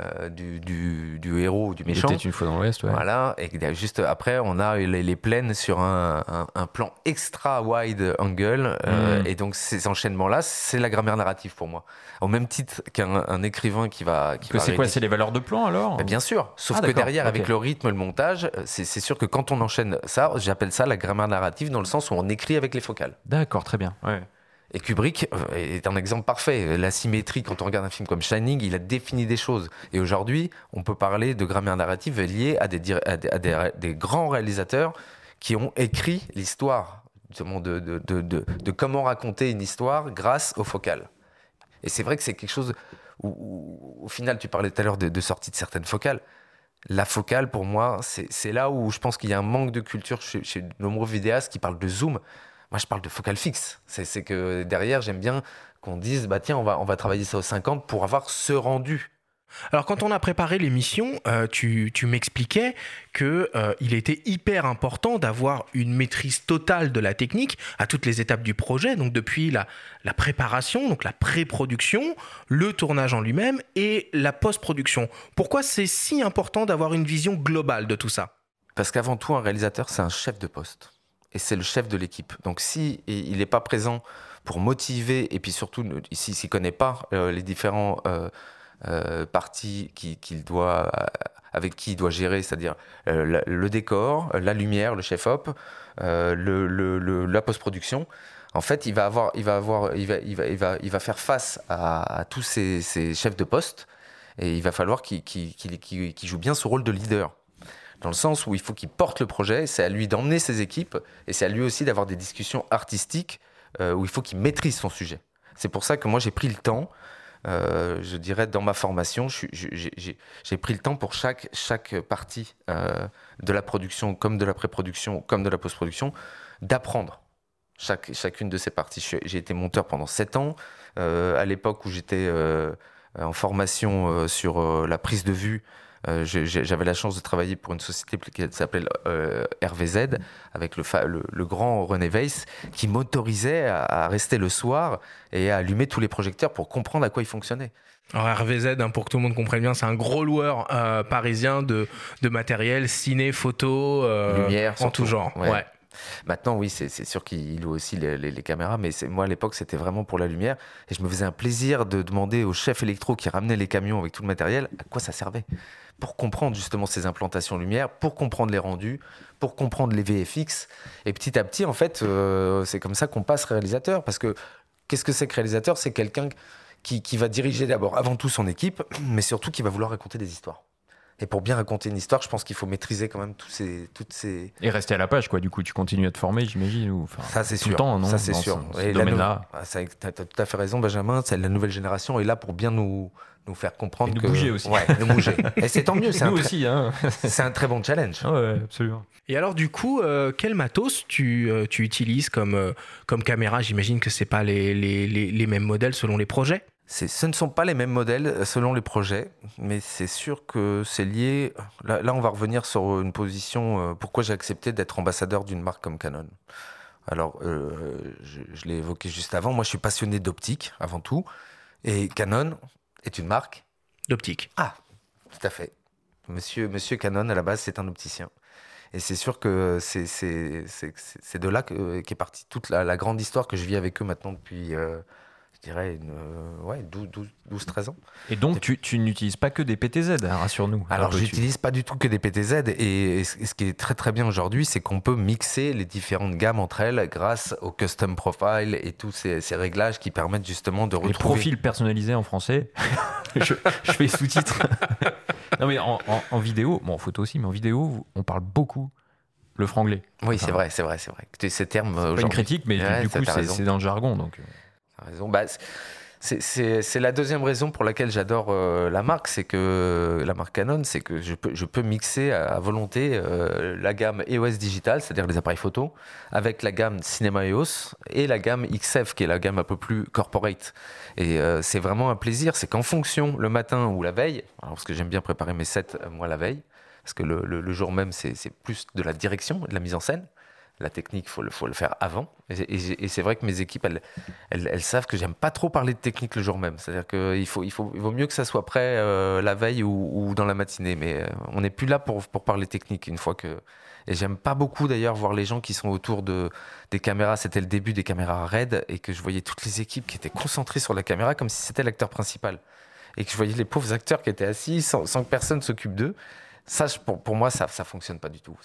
du héros, du méchant. Il était une fois dans l'Ouest, ouais. Voilà, et juste après, on a les plaines sur un plan extra wide angle. Et donc, ces enchaînements-là, c'est la grammaire narrative pour moi. Au même titre qu'un écrivain qui va c'est quoi, c'est les valeurs de plan alors? Bien sûr, sauf que derrière, avec le rythme, le montage, c'est sûr que quand on enchaîne ça, j'appelle ça la grammaire narrative dans le sens où on écrit avec les focales. D'accord, très bien. Ouais. Et Kubrick est un exemple parfait. La symétrie, quand on regarde un film comme Shining, il a défini des choses. Et aujourd'hui, on peut parler de grammaire narrative liée à des grands réalisateurs qui ont écrit l'histoire, justement, de comment raconter une histoire grâce aux focales. Et c'est vrai que c'est quelque chose où au final, tu parlais tout à l'heure de sortie de certaines focales. La focale, pour moi, c'est là où je pense qu'il y a un manque de culture chez de nombreux vidéastes qui parlent de zoom. Moi, je parle de focale fixe. C'est que derrière, j'aime bien qu'on dise, tiens, on va travailler ça au 50 pour avoir ce rendu. Alors, quand on a préparé l'émission, tu m'expliquais qu'il était hyper important d'avoir une maîtrise totale de la technique à toutes les étapes du projet, donc depuis la préparation, donc la pré-production, le tournage en lui-même et la post-production. Pourquoi c'est si important d'avoir une vision globale de tout ça? Parce qu'avant tout, un réalisateur, c'est un chef de poste. Et c'est le chef de l'équipe. Donc, si il n'est pas présent pour motiver, et puis surtout, s'il ne connaît pas les différents parties avec qui il doit gérer, c'est-à-dire le décor, la lumière, le chef-op, la post-production, en fait, il va faire face à tous ces chefs de poste, et il va falloir qu'il joue bien ce rôle de leader. Dans le sens où il faut qu'il porte le projet, c'est à lui d'emmener ses équipes, et c'est à lui aussi d'avoir des discussions artistiques où il faut qu'il maîtrise son sujet. C'est pour ça que moi j'ai pris le temps, je dirais dans ma formation, j'ai pris le temps pour chaque partie de la production, comme de la pré-production, comme de la post-production, d'apprendre. chacune de ces parties. J'ai été monteur pendant 7 ans. À l'époque où j'étais en formation sur la prise de vue, j'avais la chance de travailler pour une société qui s'appelle RVZ, avec le grand René Weiss, qui m'autorisait à rester le soir et à allumer tous les projecteurs pour comprendre à quoi ils fonctionnaient. Alors RVZ, pour que tout le monde comprenne bien, c'est un gros loueur parisien de matériel, ciné, photo, lumière, en tout genre. Ouais. Maintenant, oui, c'est sûr qu'il loue aussi les caméras, mais moi, à l'époque, c'était vraiment pour la lumière. Et je me faisais un plaisir de demander au chef électro qui ramenait les camions avec tout le matériel à quoi ça servait. Pour comprendre justement ces implantations lumière, pour comprendre les rendus, pour comprendre les VFX. Et petit à petit, en fait, c'est comme ça qu'on passe réalisateur. Parce que qu'est-ce que c'est que réalisateur ? C'est quelqu'un qui va diriger d'abord, avant tout, son équipe, mais surtout qui va vouloir raconter des histoires. Et pour bien raconter une histoire, je pense qu'il faut maîtriser quand même toutes ces... Et rester à la page, quoi. Du coup, tu continues à te former, j'imagine. Ça, c'est tout sûr. Le temps, non, ça, c'est sûr. Ce domaine-là. Tu as tout à fait raison, Benjamin. La nouvelle génération est là pour bien nous faire comprendre et nous bouger aussi. Ouais, nous bouger. Et c'est tant mieux. Nous aussi, hein. C'est un très bon challenge. Ouais, absolument. Et alors, du coup, quel matos tu utilises comme caméra ? J'imagine que c'est pas les mêmes modèles selon les projets. Ce ne sont pas les mêmes modèles selon les projets, mais c'est sûr que c'est lié. Là, on va revenir sur une position. Pourquoi j'ai accepté d'être ambassadeur d'une marque comme Canon. Alors, je l'ai évoqué juste avant. Moi, je suis passionné d'optique avant tout, et Canon est une marque d'optique. Ah, tout à fait. Monsieur Canon, à la base, c'est un opticien. Et c'est sûr que c'est de là qu'est partie toute la grande histoire que je vis avec eux maintenant depuis... je dirais 12-13 ans. Et donc, tu n'utilises pas que des PTZ, hein, rassure-nous. Alors, je n'utilise pas du tout que des PTZ. Et ce qui est très très bien aujourd'hui, c'est qu'on peut mixer les différentes gammes entre elles grâce au custom profile et tous ces réglages qui permettent justement de retrouver... Les profils personnalisés en français. je fais sous-titres. Non, mais en vidéo, bon, en photo aussi, mais en vidéo, on parle beaucoup le franglais. Oui, c'est vrai. Ces termes... C'est pas une critique, mais du coup, c'est dans le jargon, donc... Raison. C'est la deuxième raison pour laquelle j'adore la marque, c'est que la marque Canon, c'est que je peux mixer à volonté la gamme EOS Digital, c'est-à-dire les appareils photo, avec la gamme Cinema EOS et la gamme XF, qui est la gamme un peu plus corporate. Et c'est vraiment un plaisir, c'est qu'en fonction, le matin ou la veille, alors parce que j'aime bien préparer mes sets moi la veille, parce que le jour même, c'est plus de la direction et de la mise en scène. La technique, il faut le faire avant. Et c'est vrai que mes équipes, elles savent que j'aime pas trop parler de technique le jour même. C'est-à-dire qu'il vaut mieux que ça soit prêt la veille ou dans la matinée. Mais on n'est plus là pour parler technique une fois que... Et j'aime pas beaucoup d'ailleurs voir les gens qui sont autour des caméras. C'était le début des caméras RED et que je voyais toutes les équipes qui étaient concentrées sur la caméra comme si c'était l'acteur principal. Et que je voyais les pauvres acteurs qui étaient assis sans que personne s'occupe d'eux. Ça, pour moi, ça fonctionne pas du tout.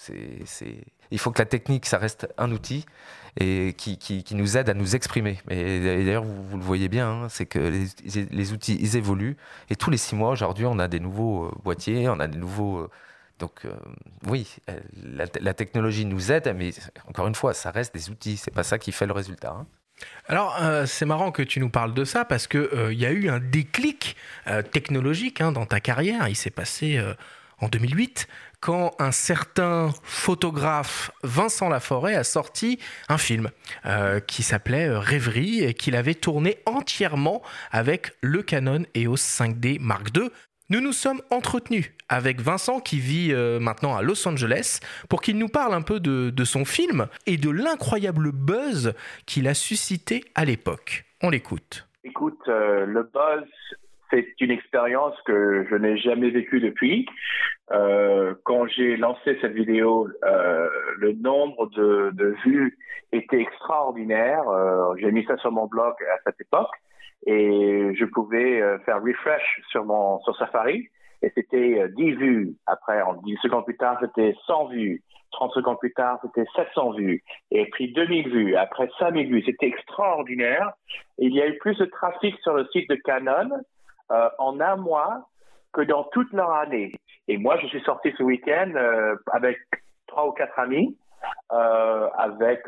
Il faut que la technique, ça reste un outil et qui nous aide à nous exprimer. Et d'ailleurs, vous le voyez bien, hein, c'est que les outils, ils évoluent. Et tous les 6 mois, aujourd'hui, on a des nouveaux boîtiers, on a des nouveaux... Donc, oui, la technologie nous aide, mais encore une fois, ça reste des outils. C'est pas ça qui fait le résultat, hein. Alors, c'est marrant que tu nous parles de ça parce qu'il y a eu un déclic technologique dans ta carrière. Il s'est passé... en 2008, quand un certain photographe Vincent Laforêt a sorti un film qui s'appelait Rêverie et qu'il avait tourné entièrement avec le Canon EOS 5D Mark II. Nous nous sommes entretenus avec Vincent qui vit maintenant à Los Angeles pour qu'il nous parle un peu de son film et de l'incroyable buzz qu'il a suscité à l'époque. On l'écoute. Écoute, le buzz... c'est une expérience que je n'ai jamais vécue depuis. Quand j'ai lancé cette vidéo, le nombre de vues était extraordinaire. J'ai mis ça sur mon blog à cette époque et je pouvais faire refresh sur Safari et c'était 10 vues. Après, 10 secondes plus tard, c'était 100 vues. 30 secondes plus tard, c'était 700 vues. Et puis 2000 vues. Après 5000 vues. C'était extraordinaire. Et il y a eu plus de trafic sur le site de Canon en un mois que dans toute leur année. Et moi, je suis sorti ce week-end avec 3 ou 4 amis, avec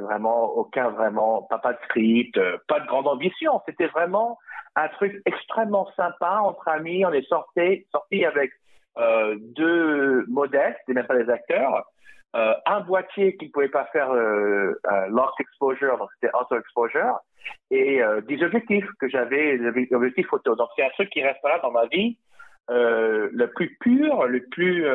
pas de script, pas de grande ambition. C'était vraiment un truc extrêmement sympa entre amis. On est sorti avec 2 modestes, et même pas des acteurs, un boîtier qui ne pouvait pas faire locked exposure, donc c'était auto exposure, et des objectifs que j'avais, des objectifs photo. Donc c'est un truc qui restera dans ma vie le plus pur, le plus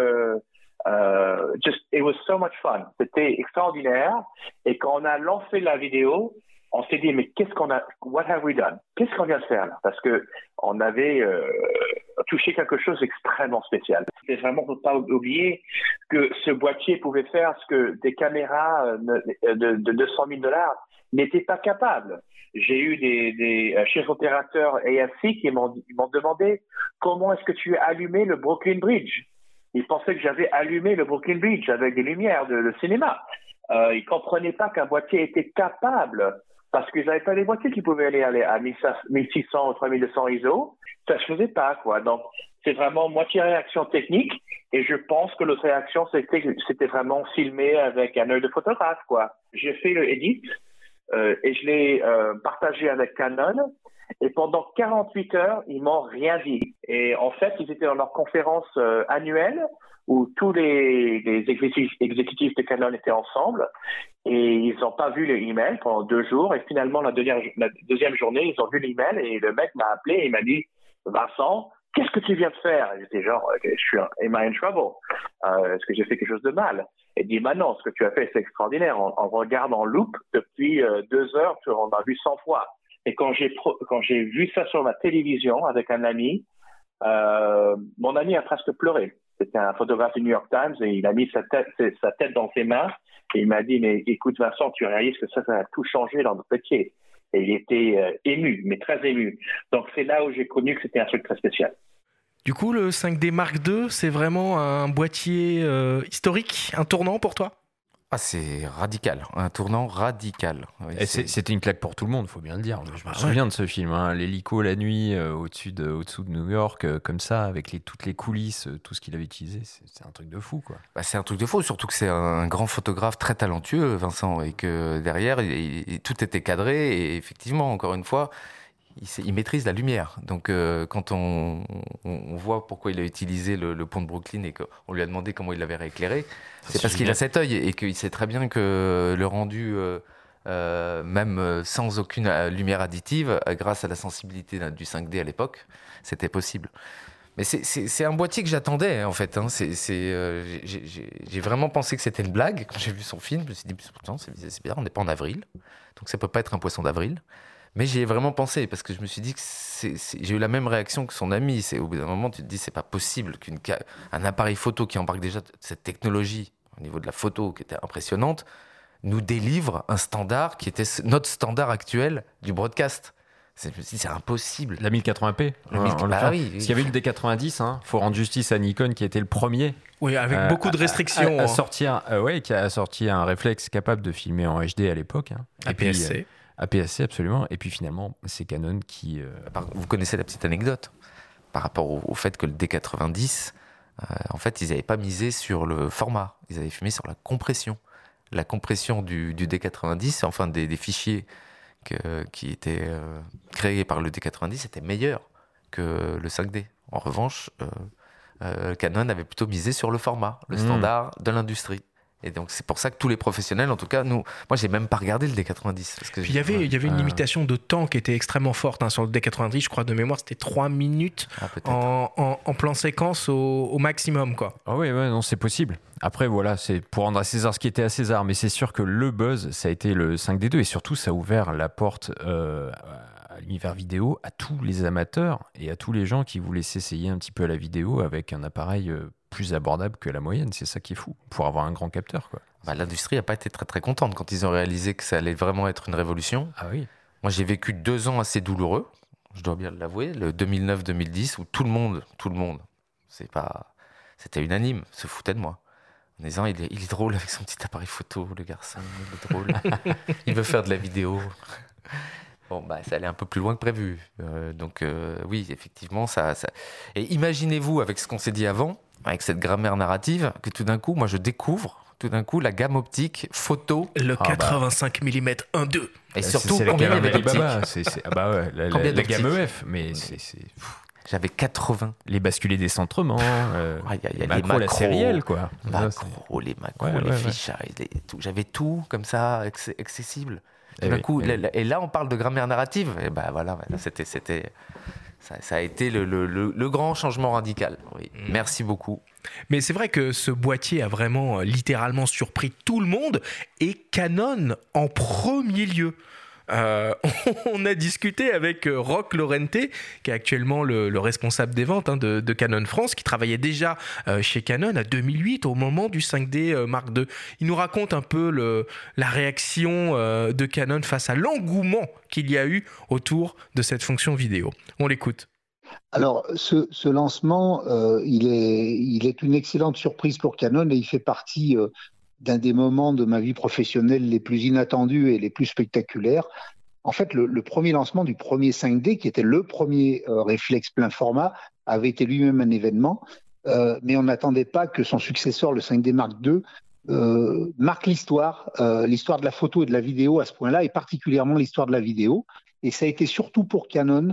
it was so much fun. C'était extraordinaire. Et quand on a lancé la vidéo, on s'est dit, mais what have we done? Qu'est-ce qu'on vient de faire là? Parce que on avait touché quelque chose d'extrêmement spécial. C'est vraiment, faut pas oublier que ce boîtier pouvait faire ce que des caméras de $200,000 n'étaient pas capables. J'ai eu des chefs opérateurs AFC qui m'ont demandé comment est-ce que tu as allumé le Brooklyn Bridge. Ils pensaient que j'avais allumé le Brooklyn Bridge avec des lumières de cinéma. Ils comprenaient pas qu'un boîtier était capable, parce qu'ils n'avaient pas des boîtiers qui pouvaient aller à 1600 ou 3200 ISO. Ça se faisait pas, quoi. Donc, c'est vraiment moitié réaction technique. Et je pense que l'autre réaction, c'était vraiment filmé avec un œil de photographe, quoi. J'ai fait le edit, et je l'ai partagé avec Canon. Et pendant 48 heures, ils m'ont rien dit. Et en fait, ils étaient dans leur conférence annuelle où tous les exécutifs de Canon étaient ensemble et ils n'ont pas vu les emails pendant 2 jours. Et finalement, la deuxième journée, ils ont vu l'email et le mec m'a appelé et il m'a dit « Vincent, qu'est-ce que tu viens de faire ?» J'étais genre « Am I in trouble? Est-ce que j'ai fait quelque chose de mal ?» Et il dit « Bah non, ce que tu as fait, c'est extraordinaire. On regarde en loop depuis 2 heures, on a vu 100 fois. » Et quand j'ai vu ça sur ma télévision avec un ami, mon ami a presque pleuré. C'était un photographe du New York Times et il a mis sa tête dans ses mains et il m'a dit « Mais écoute Vincent, tu réalises que ça a tout changé dans notre métier. » Et il était ému, mais très ému. Donc c'est là où j'ai connu que c'était un truc très spécial. Du coup, le 5D Mark II, c'est vraiment un boîtier historique, un tournant pour toi ? Ah, c'est radical, un tournant radical. Oui, c'était une claque pour tout le monde, faut bien le dire. Je me souviens de ce film, hein, l'hélico la nuit au-dessus de New York, comme ça, avec toutes les coulisses, tout ce qu'il avait utilisé, c'est un truc de fou, quoi. Bah, c'est un truc de fou, surtout que c'est un grand photographe très talentueux, Vincent, et que derrière, tout était cadré, et effectivement, encore une fois, il maîtrise la lumière. Donc, quand on voit pourquoi il a utilisé le pont de Brooklyn et qu'on lui a demandé comment il l'avait rééclairé, c'est parce qu'il a cet œil et qu'il sait très bien que le rendu, même sans aucune lumière additive, grâce à la sensibilité du 5D à l'époque, c'était possible. Mais c'est un boîtier que j'attendais, en fait. Hein. J'ai vraiment pensé que c'était une blague. Quand j'ai vu son film, je me suis dit, pourtant, c'est bizarre, on n'est pas en avril. Donc, ça ne peut pas être un poisson d'avril. Mais j'y ai vraiment pensé parce que je me suis dit que j'ai eu la même réaction que son ami. Au bout d'un moment, tu te dis c'est pas possible qu'un appareil photo qui embarque déjà cette technologie au niveau de la photo qui était impressionnante nous délivre un standard qui était notre standard actuel du broadcast. Je me suis dit c'est impossible. La 1080p. Parce qu'il y avait eu le D90. Hein. Faut rendre justice à Nikon qui était le premier. Oui, avec beaucoup de restrictions. Qui a sorti un réflexe capable de filmer en HD à l'époque. Hein. APS-C. APS-C, absolument. Et puis finalement, c'est Canon qui... Vous connaissez la petite anecdote par rapport au fait que le D90, en fait, ils n'avaient pas misé sur le format. Ils avaient filmé sur la compression. La compression du D90, enfin des fichiers qui étaient créés par le D90, était meilleur que le 5D. En revanche, Canon avait plutôt misé sur le format, le standard de l'industrie. Et donc c'est pour ça que tous les professionnels, en tout cas, moi j'ai même pas regardé le D90. Parce que il y avait une limitation de temps qui était extrêmement forte sur le D90, je crois de mémoire c'était 3 minutes en plan séquence au maximum, quoi. Ah oui, non, c'est possible. Après voilà, c'est pour rendre à César ce qui était à César, mais c'est sûr que le buzz ça a été le 5D2 et surtout ça a ouvert la porte à l'univers vidéo à tous les amateurs et à tous les gens qui voulaient s'essayer un petit peu à la vidéo avec un appareil plus abordable que la moyenne, c'est ça qui est fou, pour avoir un grand capteur, quoi. L'industrie n'a pas été très très contente quand ils ont réalisé que ça allait vraiment être une révolution. Ah oui. Moi j'ai vécu 2 ans assez douloureux, je dois bien l'avouer, le 2009-2010 où tout le monde, c'était unanime, se foutait de moi. En disant il est drôle avec son petit appareil photo, le garçon, il est drôle, il veut faire de la vidéo. Bon, ça allait un peu plus loin que prévu. Oui, effectivement, ça... Et imaginez-vous, avec ce qu'on s'est dit avant, avec cette grammaire narrative, que tout d'un coup, moi, je découvre la gamme optique photo. Le 85 mm 1.2. Et surtout, combien il y avait d'optiques. la gamme EF, mais c'est... J'avais 80. Les basculés décentrements, Il y a les macros, la sérielle, quoi. Les macros, les fichages, tout. J'avais tout comme ça, accessible. D'un coup, et là, on parle de grammaire narrative. Et voilà, ça a été le grand changement radical. Oui. Merci beaucoup. Mais c'est vrai que ce boîtier a vraiment littéralement surpris tout le monde et Canon en premier lieu. On a discuté avec Roch Lorente, qui est actuellement le responsable des ventes de Canon France, qui travaillait déjà chez Canon à 2008 au moment du 5D Mark II. Il nous raconte un peu la réaction de Canon face à l'engouement qu'il y a eu autour de cette fonction vidéo. On l'écoute. Alors, ce lancement, il est une excellente surprise pour Canon et il fait partie d'un des moments de ma vie professionnelle les plus inattendus et les plus spectaculaires. En fait, le premier lancement du premier 5D, qui était le premier réflexe plein format, avait été lui-même un événement, mais on n'attendait pas que son successeur, le 5D Mark II, marque l'histoire de la photo et de la vidéo à ce point-là, et particulièrement l'histoire de la vidéo. Et ça a été surtout pour Canon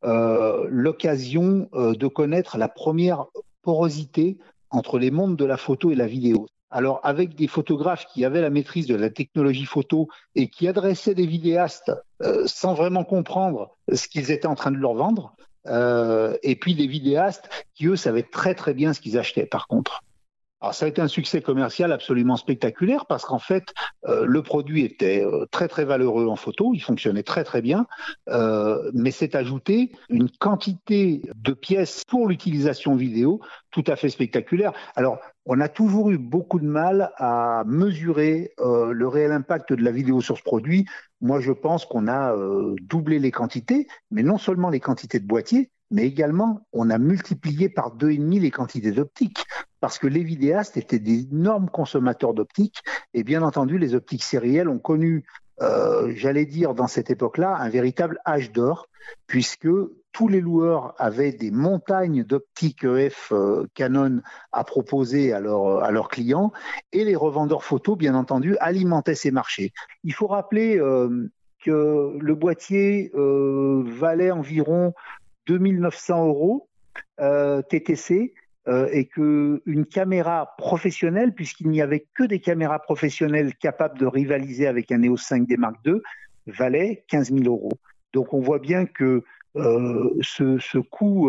l'occasion de connaître la première porosité entre les mondes de la photo et la vidéo. Alors, avec des photographes qui avaient la maîtrise de la technologie photo et qui adressaient des vidéastes sans vraiment comprendre ce qu'ils étaient en train de leur vendre, et puis des vidéastes qui, eux, savaient très très bien ce qu'ils achetaient, par contre. Alors, ça a été un succès commercial absolument spectaculaire parce qu'en fait, le produit était très très valeureux en photo, il fonctionnait très très bien, mais s'est ajouté une quantité de pièces pour l'utilisation vidéo tout à fait spectaculaire. Alors, on a toujours eu beaucoup de mal à mesurer le réel impact de la vidéo sur ce produit. Moi, je pense qu'on a doublé les quantités, mais non seulement les quantités de boîtiers, mais également, on a multiplié par 2,5 les quantités d'optiques, parce que les vidéastes étaient d'énormes consommateurs d'optiques, et bien entendu, les optiques sérielles ont connu, j'allais dire dans cette époque-là, un véritable âge d'or, puisque tous les loueurs avaient des montagnes d'optiques EF Canon à proposer à leurs clients, et les revendeurs photo, bien entendu, alimentaient ces marchés. Il faut rappeler que le boîtier valait environ 2900 € TTC, et qu'une caméra professionnelle, puisqu'il n'y avait que des caméras professionnelles capables de rivaliser avec un EOS 5D Mark II, valait 15 000 €. Donc on voit bien que ce coût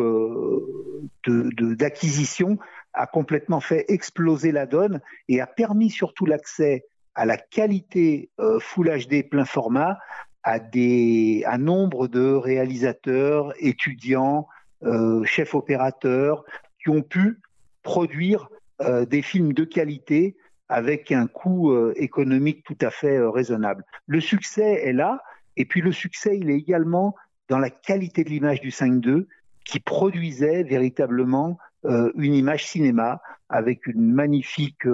d'acquisition a complètement fait exploser la donne et a permis surtout l'accès à la qualité Full HD plein format à un nombre de réalisateurs, étudiants, chefs opérateurs qui ont pu produire des films de qualité avec un coût économique tout à fait raisonnable. Le succès est là, et puis le succès, il est également dans la qualité de l'image du 5.2 qui produisait véritablement une image cinéma avec une magnifique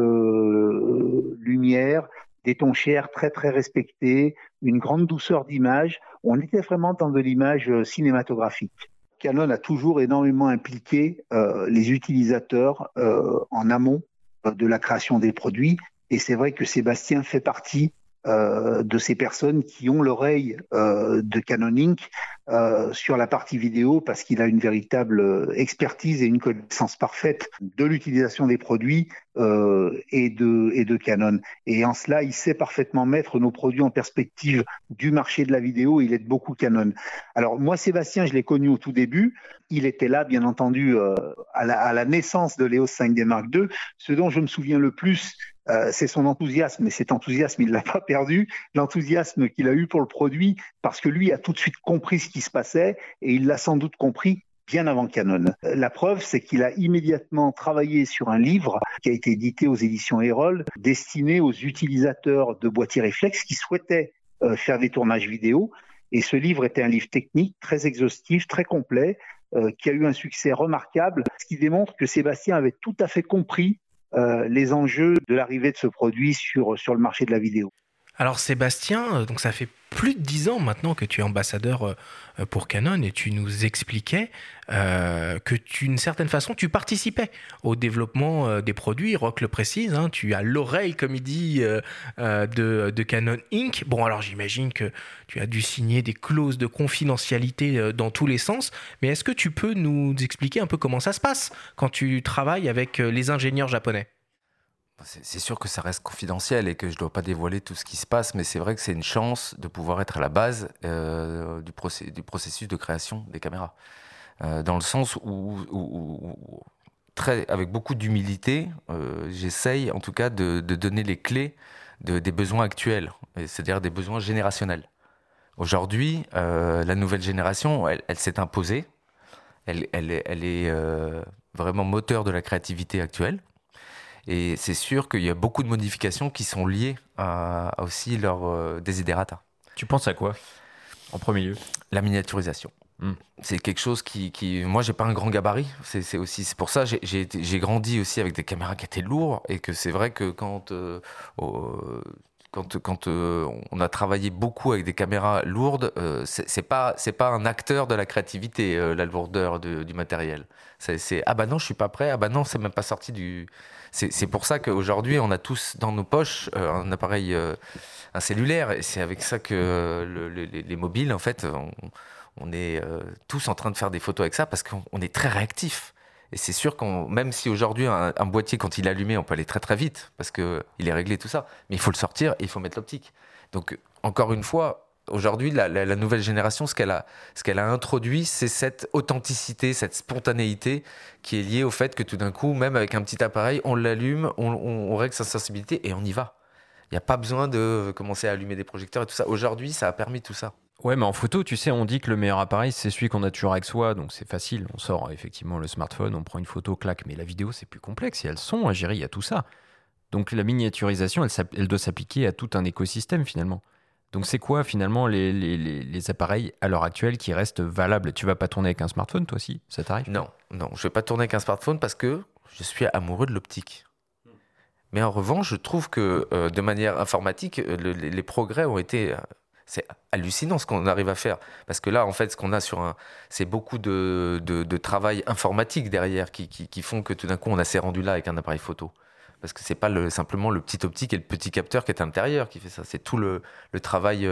lumière, des tons chers très très respectés, une grande douceur d'image. On était vraiment dans de l'image cinématographique. Canon a toujours énormément impliqué les utilisateurs en amont de la création des produits, et c'est vrai que Sébastien fait partie de ces personnes qui ont l'oreille de Canon Inc. Sur la partie vidéo, parce qu'il a une véritable expertise et une connaissance parfaite de l'utilisation des produits et de Canon. Et en cela, il sait parfaitement mettre nos produits en perspective du marché de la vidéo. Il aide beaucoup Canon. Alors moi, Sébastien, je l'ai connu au tout début. Il était là, bien entendu, à la naissance de l'EOS 5D Mark II. Ce dont je me souviens le plus, c'est son enthousiasme, mais cet enthousiasme, il ne l'a pas perdu, l'enthousiasme qu'il a eu pour le produit, parce que lui a tout de suite compris ce qui se passait, et il l'a sans doute compris bien avant Canon. La preuve, c'est qu'il a immédiatement travaillé sur un livre qui a été édité aux éditions Erol, destiné aux utilisateurs de boîtiers réflexes qui souhaitaient faire des tournages vidéo, et ce livre était un livre technique, très exhaustif, très complet, qui a eu un succès remarquable, ce qui démontre que Sébastien avait tout à fait compris les enjeux de l'arrivée de ce produit sur le marché de la vidéo. Alors Sébastien, donc ça fait plus de 10 ans maintenant que tu es ambassadeur pour Canon et tu nous expliquais que d'une certaine façon tu participais au développement des produits. Roch le précise, hein, tu as l'oreille, comme il dit, de Canon Inc. Bon, alors j'imagine que tu as dû signer des clauses de confidentialité dans tous les sens, mais est-ce que tu peux nous expliquer un peu comment ça se passe quand tu travailles avec les ingénieurs japonais ? C'est sûr que ça reste confidentiel et que je ne dois pas dévoiler tout ce qui se passe, mais c'est vrai que c'est une chance de pouvoir être à la base du processus de création des caméras. Dans le sens où avec beaucoup d'humilité, j'essaye en tout cas de donner les clés des besoins actuels, c'est-à-dire des besoins générationnels. Aujourd'hui, la nouvelle génération, elle s'est imposée, elle est vraiment moteur de la créativité actuelle. Et c'est sûr qu'il y a beaucoup de modifications qui sont liées à aussi leur desiderata. Tu penses à quoi, en premier lieu ? La miniaturisation. C'est quelque chose qui... Moi, j'ai pas un grand gabarit. C'est pour ça que j'ai grandi aussi avec des caméras qui étaient lourdes. Et que c'est vrai que quand on a travaillé beaucoup avec des caméras lourdes, c'est pas un acteur de la créativité, la lourdeur du matériel. Ah bah non, je suis pas prêt. Ah bah non, c'est même pas sorti du... C'est pour ça qu'aujourd'hui, on a tous dans nos poches un appareil, un cellulaire. Et c'est avec ça que les mobiles, en fait, on est tous en train de faire des photos avec ça parce qu'on est très réactifs. Et c'est sûr même si aujourd'hui, un boîtier, quand il est allumé, on peut aller très très vite parce qu'il est réglé tout ça. Mais il faut le sortir et il faut mettre l'optique. Donc, encore une fois, aujourd'hui, la nouvelle génération, ce qu'elle a introduit, c'est cette authenticité, cette spontanéité qui est liée au fait que tout d'un coup, même avec un petit appareil, on l'allume, on règle sa sensibilité et on y va. Il n'y a pas besoin de commencer à allumer des projecteurs et tout ça. Aujourd'hui, ça a permis tout ça. Ouais, mais en photo, tu sais, on dit que le meilleur appareil, c'est celui qu'on a toujours avec soi, donc c'est facile. On sort effectivement le smartphone, on prend une photo, clac. Mais la vidéo, c'est plus complexe. Il y a le son à gérer, il y a tout ça. Donc la miniaturisation, elle doit s'appliquer à tout un écosystème finalement. Donc c'est quoi finalement les appareils à l'heure actuelle qui restent valables ? Tu vas pas tourner avec un smartphone, toi aussi ? Ça t'arrive ? Non, je vais pas tourner avec un smartphone parce que je suis amoureux de l'optique. Mais en revanche, je trouve que de manière informatique, les progrès ont été... C'est hallucinant ce qu'on arrive à faire. Parce que là, en fait, ce qu'on a c'est beaucoup de travail informatique derrière qui font que tout d'un coup, on a ces rendus-là avec un appareil photo. Parce que c'est pas simplement le petit optique et le petit capteur qui est à l'intérieur qui fait ça. C'est tout le travail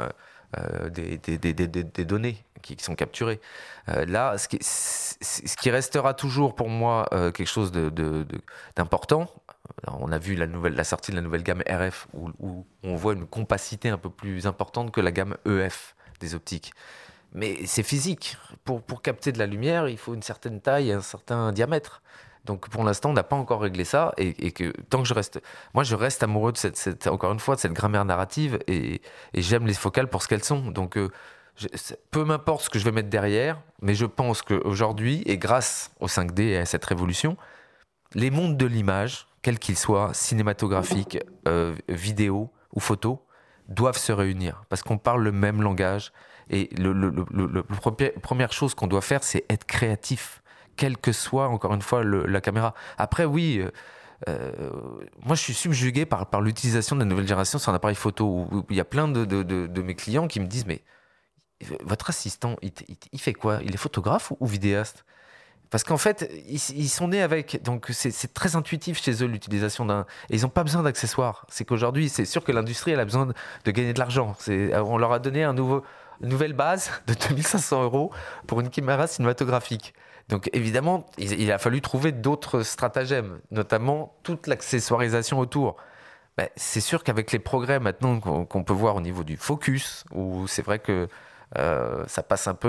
des données qui sont capturées. Là, ce qui restera toujours pour moi quelque chose d'important. Alors, on a vu la sortie de la nouvelle gamme RF où on voit une compacité un peu plus importante que la gamme EF des optiques. Mais c'est physique. Pour capter de la lumière, il faut une certaine taille et un certain diamètre. Donc pour l'instant, on n'a pas encore réglé ça et que tant que je reste amoureux de encore une fois de cette grammaire narrative et j'aime les focales pour ce qu'elles sont. Donc peu m'importe ce que je vais mettre derrière, mais je pense qu'aujourd'hui et grâce au 5D et à cette révolution, les mondes de l'image, quels qu'ils soient, cinématographiques, vidéo ou photo, doivent se réunir parce qu'on parle le même langage et première chose qu'on doit faire, c'est être créatif. Quelle que soit, encore une fois, la caméra. Après, oui, moi, je suis subjugué par l'utilisation de la nouvelle génération sur un appareil photo. Où il y a plein de mes clients qui me disent, mais votre assistant, il fait quoi ? Il est photographe ou vidéaste ? Parce qu'en fait, ils sont nés avec. Donc, c'est très intuitif chez eux, l'utilisation d'un... Et ils n'ont pas besoin d'accessoires. C'est qu'aujourd'hui, c'est sûr que l'industrie, elle a besoin de gagner de l'argent. On leur a donné une nouvelle base de 2500 € pour une caméra cinématographique. Donc évidemment, il a fallu trouver d'autres stratagèmes, notamment toute l'accessoirisation autour. C'est sûr qu'avec les progrès maintenant qu'on peut voir au niveau du focus, où c'est vrai que ça passe ça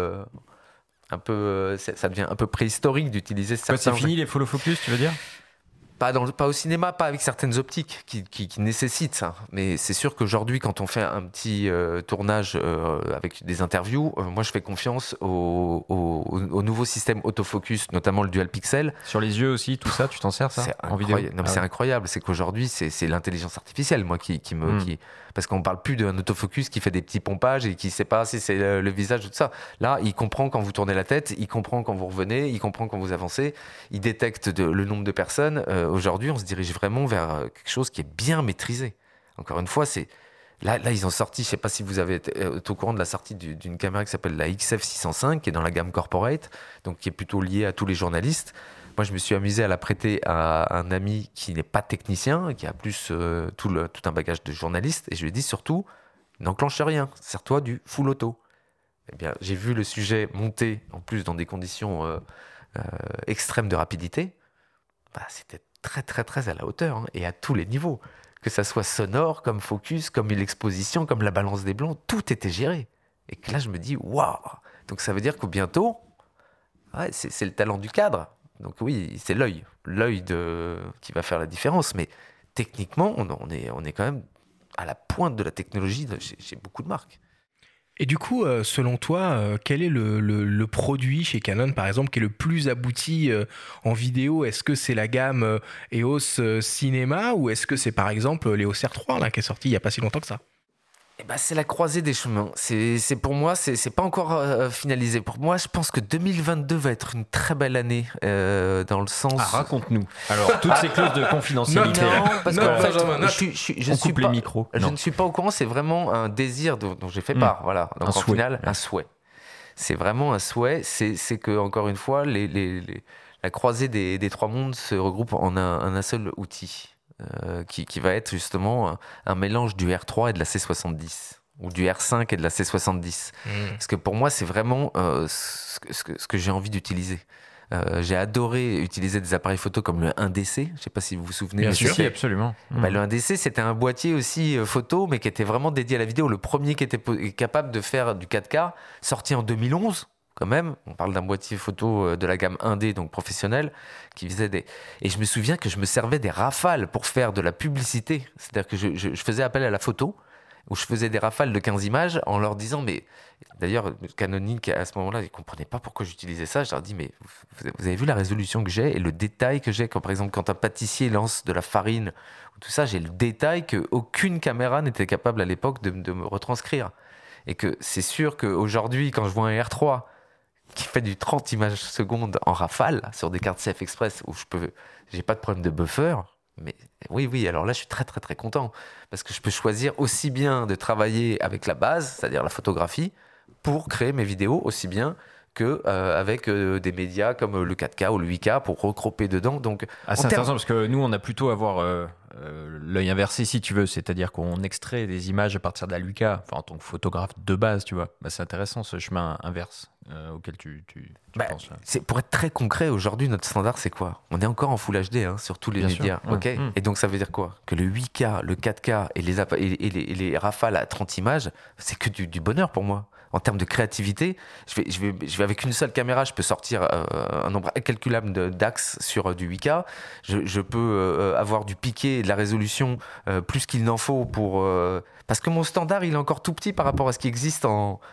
devient un peu préhistorique d'utiliser certains... C'est fini les follow focus, tu veux dire ? Pas au cinéma, pas avec certaines optiques qui nécessitent ça. Mais c'est sûr qu'aujourd'hui, quand on fait un petit tournage avec des interviews, moi je fais confiance au nouveau système autofocus, notamment le dual pixel. Sur les yeux aussi, tout ça, tu t'en sers ça en vidéo ? Non, mais c'est incroyable. C'est qu'aujourd'hui, c'est l'intelligence artificielle, moi, parce qu'on parle plus d'un autofocus qui fait des petits pompages et qui sait pas si c'est le visage ou tout ça. Là, il comprend quand vous tournez la tête, il comprend quand vous revenez, il comprend quand vous avancez, il détecte le nombre de personnes. Aujourd'hui, on se dirige vraiment vers quelque chose qui est bien maîtrisé. Encore une fois, Là, ils ont sorti, je ne sais pas si vous avez été au courant de la sortie d'une caméra qui s'appelle la XF605, qui est dans la gamme corporate, donc qui est plutôt liée à tous les journalistes. Moi, je me suis amusé à la prêter à un ami qui n'est pas technicien, qui a plus tout un bagage de journaliste, et je lui ai dit surtout, n'enclenche rien, sers-toi du full auto. Eh bien, j'ai vu le sujet monter, en plus dans des conditions extrêmes de rapidité. C'était très, très, très à la hauteur, hein, et à tous les niveaux. Que ça soit sonore, comme focus, comme l'exposition, comme la balance des blancs, tout était géré. Et que là, je me dis, waouh! Donc ça veut dire que bientôt, c'est le talent du cadre. Donc oui, c'est l'œil qui va faire la différence. Mais techniquement, on est quand même à la pointe de la technologie chez beaucoup de marques. Et du coup, selon toi, quel est le produit chez Canon, par exemple, qui est le plus abouti en vidéo? Est-ce que c'est la gamme EOS Cinema ou est-ce que c'est par exemple l'EOS R3 là, qui est sorti il n'y a pas si longtemps que ça? C'est la croisée des chemins. C'est pour moi, c'est pas encore finalisé. Pour moi, je pense que 2022 va être une très belle année dans le sens. Raconte-nous. Alors, toutes ces clauses de confidentialité. Non, parce qu'en fait, je ne suis pas au courant. C'est vraiment un désir dont j'ai fait part. Voilà. Donc en final, un souhait. C'est vraiment un souhait. C'est que encore une fois, la croisée des trois mondes se regroupe en un seul outil. Qui va être justement un mélange du R3 et de la C70 ou du R5 et de la C70 parce que pour moi c'est vraiment ce que j'ai envie d'utiliser. J'ai adoré utiliser des appareils photo comme le 1DC, je ne sais pas si vous vous souvenez. Bien sûr, absolument. Le 1DC c'était un boîtier aussi photo mais qui était vraiment dédié à la vidéo, le premier qui était capable de faire du 4K, sorti en 2011. Quand même, on parle d'un boîtier photo de la gamme 1D, donc professionnel, qui faisait des... Et je me souviens que je me servais des rafales pour faire de la publicité. C'est-à-dire que je faisais appel à la photo, où je faisais des rafales de 15 images en leur disant, mais... D'ailleurs, Canonique, à ce moment-là, ils ne comprenaient pas pourquoi j'utilisais ça. Je leur dis, mais vous avez vu la résolution que j'ai et le détail que j'ai, par exemple, quand un pâtissier lance de la farine, ou tout ça, j'ai le détail qu'aucune caméra n'était capable à l'époque de me retranscrire. Et que c'est sûr qu'aujourd'hui, quand je vois un R3... qui fait du 30 images secondes en rafale sur des cartes CF Express où j'ai pas de problème de buffer, mais oui, alors là je suis très très très content parce que je peux choisir aussi bien de travailler avec la base, c'est-à-dire la photographie, pour créer mes vidéos aussi bien que avec des médias comme le 4K ou le 8K pour recroper dedans. Donc, c'est intéressant parce que nous on a plutôt à avoir l'œil inversé si tu veux, c'est-à-dire qu'on extrait des images à partir de la 8K, enfin en tant que photographe de base, tu vois. C'est intéressant ce chemin inverse auquel tu penses. Pour être très concret, aujourd'hui notre standard c'est quoi? On est encore en Full HD sur tous les médias, ok. Et donc ça veut dire quoi? Que le 8K, le 4K et les rafales à 30 images, c'est que du bonheur pour moi. En termes de créativité, je vais avec une seule caméra, je peux sortir un nombre incalculable d'axes sur du 8K. Je peux avoir du piqué et de la résolution plus qu'il n'en faut parce que mon standard il est encore tout petit par rapport à ce qui existe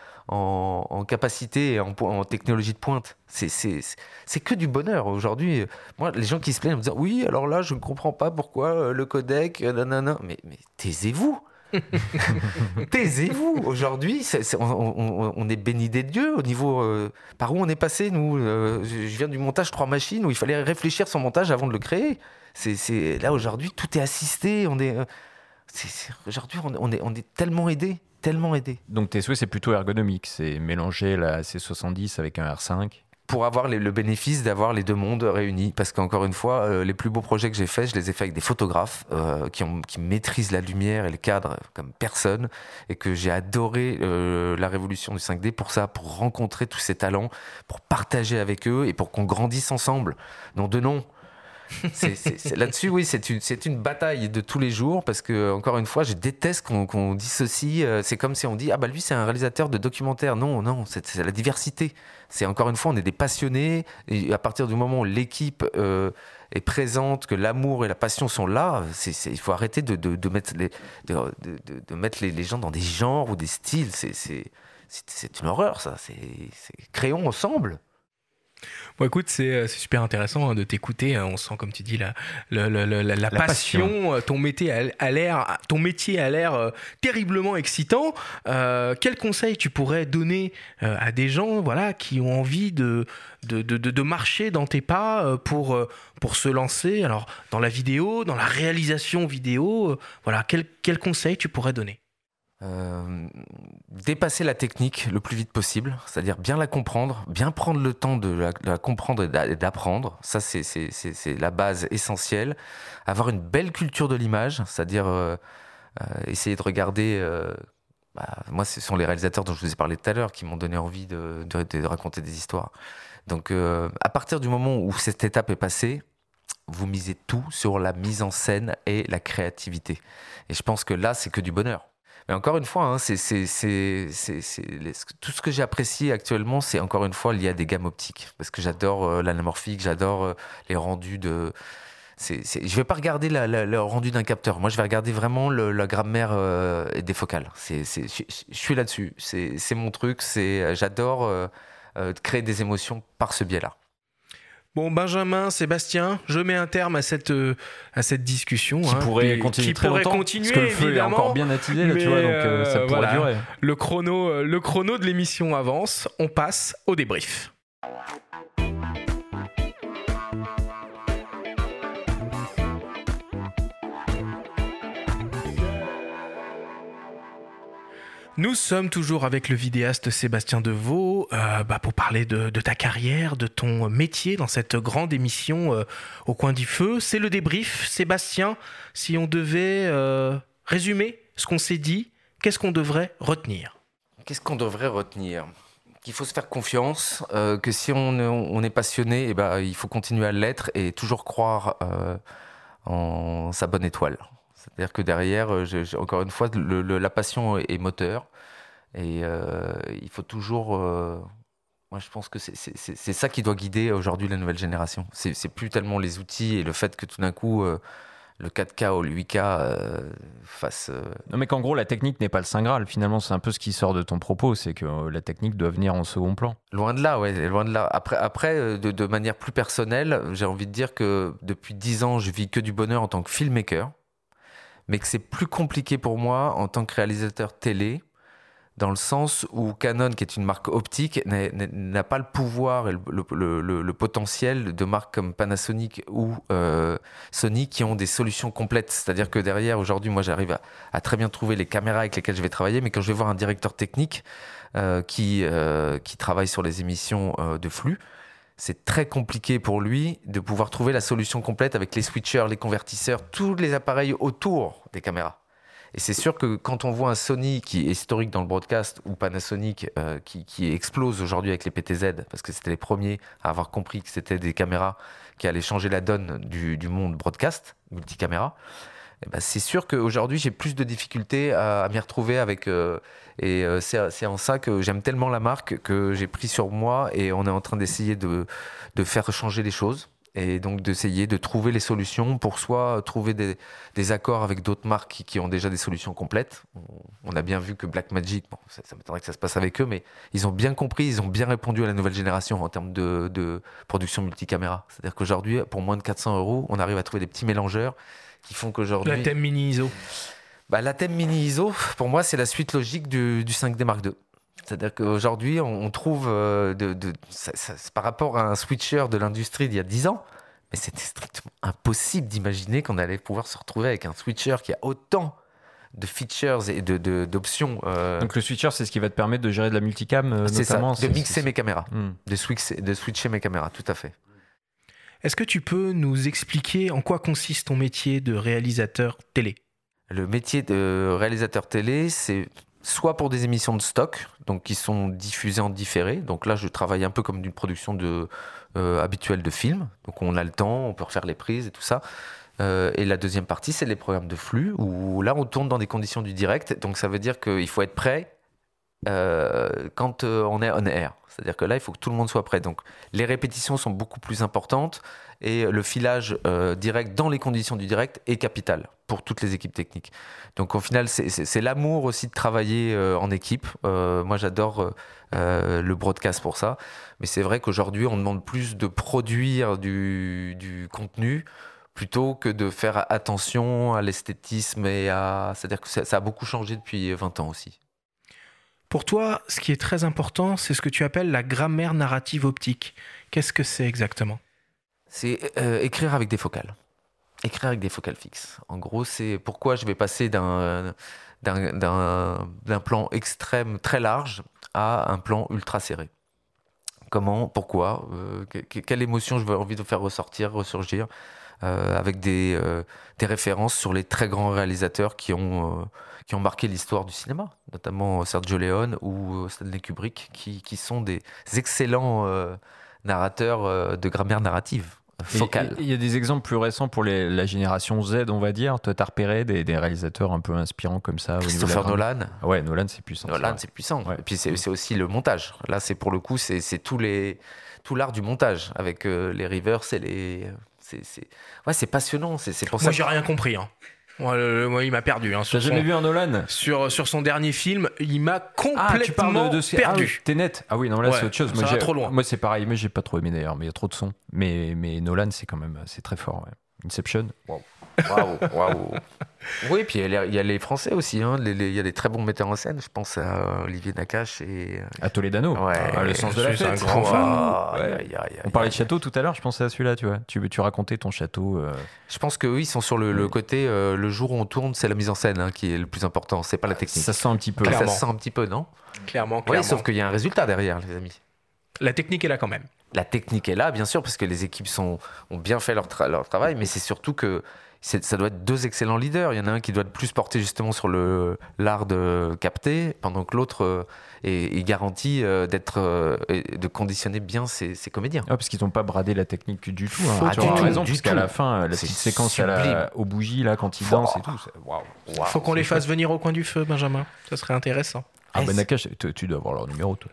en capacité et en technologie de pointe. C'est que du bonheur aujourd'hui. Moi, les gens qui se plaignent me disent oui, alors là, je ne comprends pas pourquoi le codec, nanana. Mais taisez-vous. Taisez-vous. Aujourd'hui, on est béni des dieux au niveau par où on est passé. Nous, je viens du montage 3 machines où il fallait réfléchir son montage avant de le créer. Là aujourd'hui, tout est assisté. Aujourd'hui, on est tellement aidé. Donc tes souhaits, c'est plutôt ergonomique, c'est mélanger la C70 avec un R5 pour avoir le bénéfice d'avoir les deux mondes réunis. Parce qu'encore une fois, les plus beaux projets que j'ai faits, je les ai faits avec des photographes qui maîtrisent la lumière et le cadre comme personne, et que j'ai adoré la révolution du 5D pour ça, pour rencontrer tous ces talents, pour partager avec eux et pour qu'on grandisse ensemble. Nom de nom. Là-dessus, oui, c'est une bataille de tous les jours parce que, encore une fois, je déteste qu'on dissocie. C'est comme si on dit, lui, c'est un réalisateur de documentaire. Non, c'est la diversité. C'est encore une fois, on est des passionnés et à partir du moment où l'équipe est présente, que l'amour et la passion sont là, il faut arrêter de mettre les gens dans des genres ou des styles. C'est une horreur, ça. Créons ensemble. Bon, écoute, c'est super intéressant de t'écouter. On sent, comme tu dis, la passion. Ton métier a l'air terriblement excitant. Quel conseil tu pourrais donner à des gens, qui ont envie de marcher dans tes pas pour se lancer, alors dans la vidéo, dans la réalisation vidéo, quel conseil tu pourrais donner? Dépasser la technique le plus vite possible, c'est-à-dire bien la comprendre, bien prendre le temps de la comprendre et d'apprendre. Ça, c'est la base essentielle. Avoir une belle culture de l'image, c'est-à-dire essayer de regarder... moi, ce sont les réalisateurs dont je vous ai parlé tout à l'heure qui m'ont donné envie de raconter des histoires. Donc, à partir du moment où cette étape est passée, vous misez tout sur la mise en scène et la créativité. Et je pense que là, c'est que du bonheur. Mais encore une fois, tout ce que j'ai apprécié actuellement, c'est encore une fois lié à des gammes optiques. Parce que j'adore l'anamorphique, j'adore les rendus de... Je ne vais pas regarder le rendu d'un capteur. Moi, je vais regarder vraiment la grammaire des focales. Je suis là-dessus. C'est mon truc. J'adore créer des émotions par ce biais-là. Bon, Benjamin, Sébastien, je mets un terme à cette discussion. Qui pourrait continuer très longtemps, parce que le feu est encore bien attisé, là, tu vois, donc ça pourrait durer. Le chrono de l'émission avance. On passe au débrief. Nous sommes toujours avec le vidéaste Sébastien Deveau pour parler de ta carrière, de ton métier dans cette grande émission Au coin du feu. C'est le débrief. Sébastien, si on devait résumer ce qu'on s'est dit, qu'est-ce qu'on devrait retenir ? Qu'est-ce qu'on devrait retenir ? Qu'il faut se faire confiance, que si on est passionné, il faut continuer à l'être et toujours croire en sa bonne étoile. C'est-à-dire que derrière, encore une fois, la passion est moteur. Et il faut toujours... moi, je pense que c'est ça qui doit guider aujourd'hui la nouvelle génération. C'est plus tellement les outils et le fait que tout d'un coup, le 4K ou le 8K fasse... Non, mais qu'en gros, la technique n'est pas le Saint Graal. Finalement, c'est un peu ce qui sort de ton propos. C'est que la technique doit venir en second plan. Loin de là, ouais. Loin de là. Après de manière plus personnelle, j'ai envie de dire que depuis 10 ans, je vis que du bonheur en tant que filmmaker. Mais que c'est plus compliqué pour moi en tant que réalisateur télé, dans le sens où Canon, qui est une marque optique, n'a pas le pouvoir et le potentiel de marques comme Panasonic ou Sony qui ont des solutions complètes. C'est-à-dire que derrière, aujourd'hui, moi, j'arrive à très bien trouver les caméras avec lesquelles je vais travailler, mais quand je vais voir un directeur technique qui travaille sur les émissions de flux, c'est très compliqué pour lui de pouvoir trouver la solution complète avec les switchers, les convertisseurs, tous les appareils autour des caméras. Et c'est sûr que quand on voit un Sony qui est historique dans le broadcast ou Panasonic qui explose aujourd'hui avec les PTZ, parce que c'était les premiers à avoir compris que c'était des caméras qui allaient changer la donne du monde broadcast, multicaméra, c'est sûr qu'aujourd'hui j'ai plus de difficultés à m'y retrouver avec... c'est en ça que j'aime tellement la marque que j'ai pris sur moi et on est en train d'essayer de faire changer les choses et donc d'essayer de trouver les solutions pour soit trouver des accords avec d'autres marques qui ont déjà des solutions complètes. On a bien vu que Blackmagic, ça m'étonnerait que ça se passe avec eux, mais ils ont bien compris, ils ont bien répondu à la nouvelle génération en termes de production multicaméra. C'est-à-dire qu'aujourd'hui, pour moins de 400 €, on arrive à trouver des petits mélangeurs qui font qu'aujourd'hui... La thème mini ISO. La thème mini ISO, pour moi, c'est la suite logique du 5D Mark II. C'est-à-dire qu'aujourd'hui, on trouve, par rapport à un switcher de l'industrie d'il y a 10 ans, mais c'était strictement impossible d'imaginer qu'on allait pouvoir se retrouver avec un switcher qui a autant de features et d'options. Donc le switcher, c'est ce qui va te permettre de gérer de la multicam, c'est notamment. Ça, de mixer mes caméras, de switcher mes caméras, tout à fait. Est-ce que tu peux nous expliquer en quoi consiste ton métier de réalisateur télé ? Le métier de réalisateur télé, c'est soit pour des émissions de stock, donc qui sont diffusées en différé. Donc là, je travaille un peu comme d'une production habituelle de film. Donc on a le temps, on peut refaire les prises et tout ça. Et la deuxième partie, c'est les programmes de flux, où là, on tourne dans des conditions du direct. Donc ça veut dire qu'il faut être prêt quand on est on air. C'est-à-dire que là, il faut que tout le monde soit prêt. Donc les répétitions sont beaucoup plus importantes et le filage direct dans les conditions du direct est capital pour toutes les équipes techniques. Donc au final, c'est l'amour aussi de travailler en équipe. Moi, j'adore le broadcast pour ça. Mais c'est vrai qu'aujourd'hui, on demande plus de produire du contenu plutôt que de faire attention à l'esthétisme c'est-à-dire que ça a beaucoup changé depuis 20 ans aussi. Pour toi, ce qui est très important, c'est ce que tu appelles la grammaire narrative optique. Qu'est-ce que c'est exactement ? C'est écrire avec des focales. Écrire avec des focales fixes. En gros, c'est pourquoi je vais passer d'un d'un plan extrême très large à un plan ultra serré. Comment, pourquoi, quelle émotion j'ai envie de faire ressurgir, avec des références sur les très grands réalisateurs qui ont marqué l'histoire du cinéma, notamment Sergio Leone ou Stanley Kubrick, qui sont des excellents narrateurs de grammaire narrative focale. Il y a des exemples plus récents pour la génération Z, on va dire. Toi, t'as repéré des réalisateurs un peu inspirants comme ça. Christopher Nolan. Ouais, Nolan, c'est puissant. C'est puissant. Ouais. Et puis c'est aussi le montage. Là, c'est pour le coup, c'est tout l'art du montage avec les reverse et les. C'est passionnant. C'est pour ça. Moi, j'ai rien compris. Hein. Moi, il m'a perdu. Hein, T'as jamais vu un Nolan sur son dernier film, il m'a complètement perdu. Tenet. Ah oui, non, là, c'est autre chose. Ça va trop loin. Moi, c'est pareil, mais j'ai pas trop aimé d'ailleurs, mais il y a trop de sons. Mais Nolan, c'est quand même, c'est très fort. Ouais. Inception. Waouh. Oui, puis il y a les Français aussi. Hein. Il y a des très bons metteurs en scène. Je pense à Olivier Nakache et. À Toledano. Ouais. Le sens de la fête. C'est un grand fan. On parlait de château tout à l'heure. Je pensais à celui-là. Tu vois. Tu racontais ton château. Je pense que ils sont sur le côté. Le jour où on tourne, c'est la mise en scène qui est le plus important. C'est pas la technique. Ça se sent un petit peu. Ça se sent un petit peu, non ? Clairement. Oui, sauf qu'il y a un résultat derrière, les amis. La technique est là quand même. La technique est là, bien sûr, parce que les équipes ont bien fait leur travail, mais c'est surtout que ça doit être deux excellents leaders. Il y en a un qui doit être plus porté justement sur l'art de capter, pendant que l'autre est garanti de conditionner bien ses comédiens. Ah, parce qu'ils n'ont pas bradé la technique du tout. Tu as raison, puisqu'à la fin, la petite séquence aux bougies, là, quand ils dansent et tout. Il faut qu'on les fasse venir au coin du feu, Benjamin. Ça serait intéressant. Ah ben Nakache, tu dois avoir leur numéro, toi.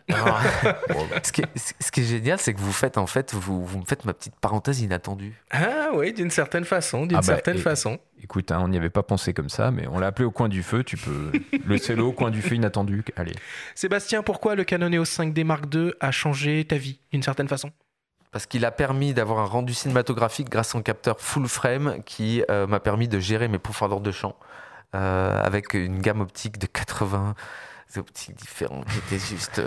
Ce qui est génial, c'est que vous me faites ma petite parenthèse inattendue. Ah oui, d'une certaine façon, façon. Écoute, on n'y avait pas pensé comme ça, mais on l'a appelé au coin du feu. Tu peux le cello au coin du feu inattendu. Allez. Sébastien, pourquoi le Canon EOS 5D Mark II a changé ta vie, d'une certaine façon ? Parce qu'il a permis d'avoir un rendu cinématographique grâce à un capteur full frame qui m'a permis de gérer mes profondeurs de champ avec une gamme optique de 80 optiques différentes qui étaient juste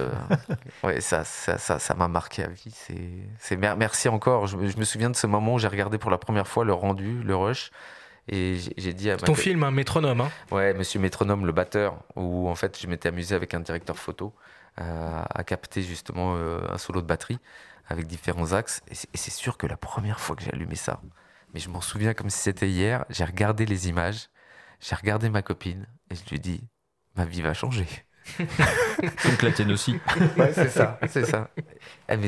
ça m'a marqué à vie. Merci encore. Je me souviens de ce moment où j'ai regardé pour la première fois le rendu, le rush, et j'ai dit à ton film, un métronome, hein. Ouais, Monsieur Métronome, le batteur, où en fait je m'étais amusé avec un directeur photo à capter justement un solo de batterie avec différents axes, et c'est sûr que la première fois que j'ai allumé ça, mais je m'en souviens comme si c'était hier, j'ai regardé les images, j'ai regardé ma copine et je lui ai dit ma vie va changer. Donc la tienne aussi. Ouais, c'est ça. Mais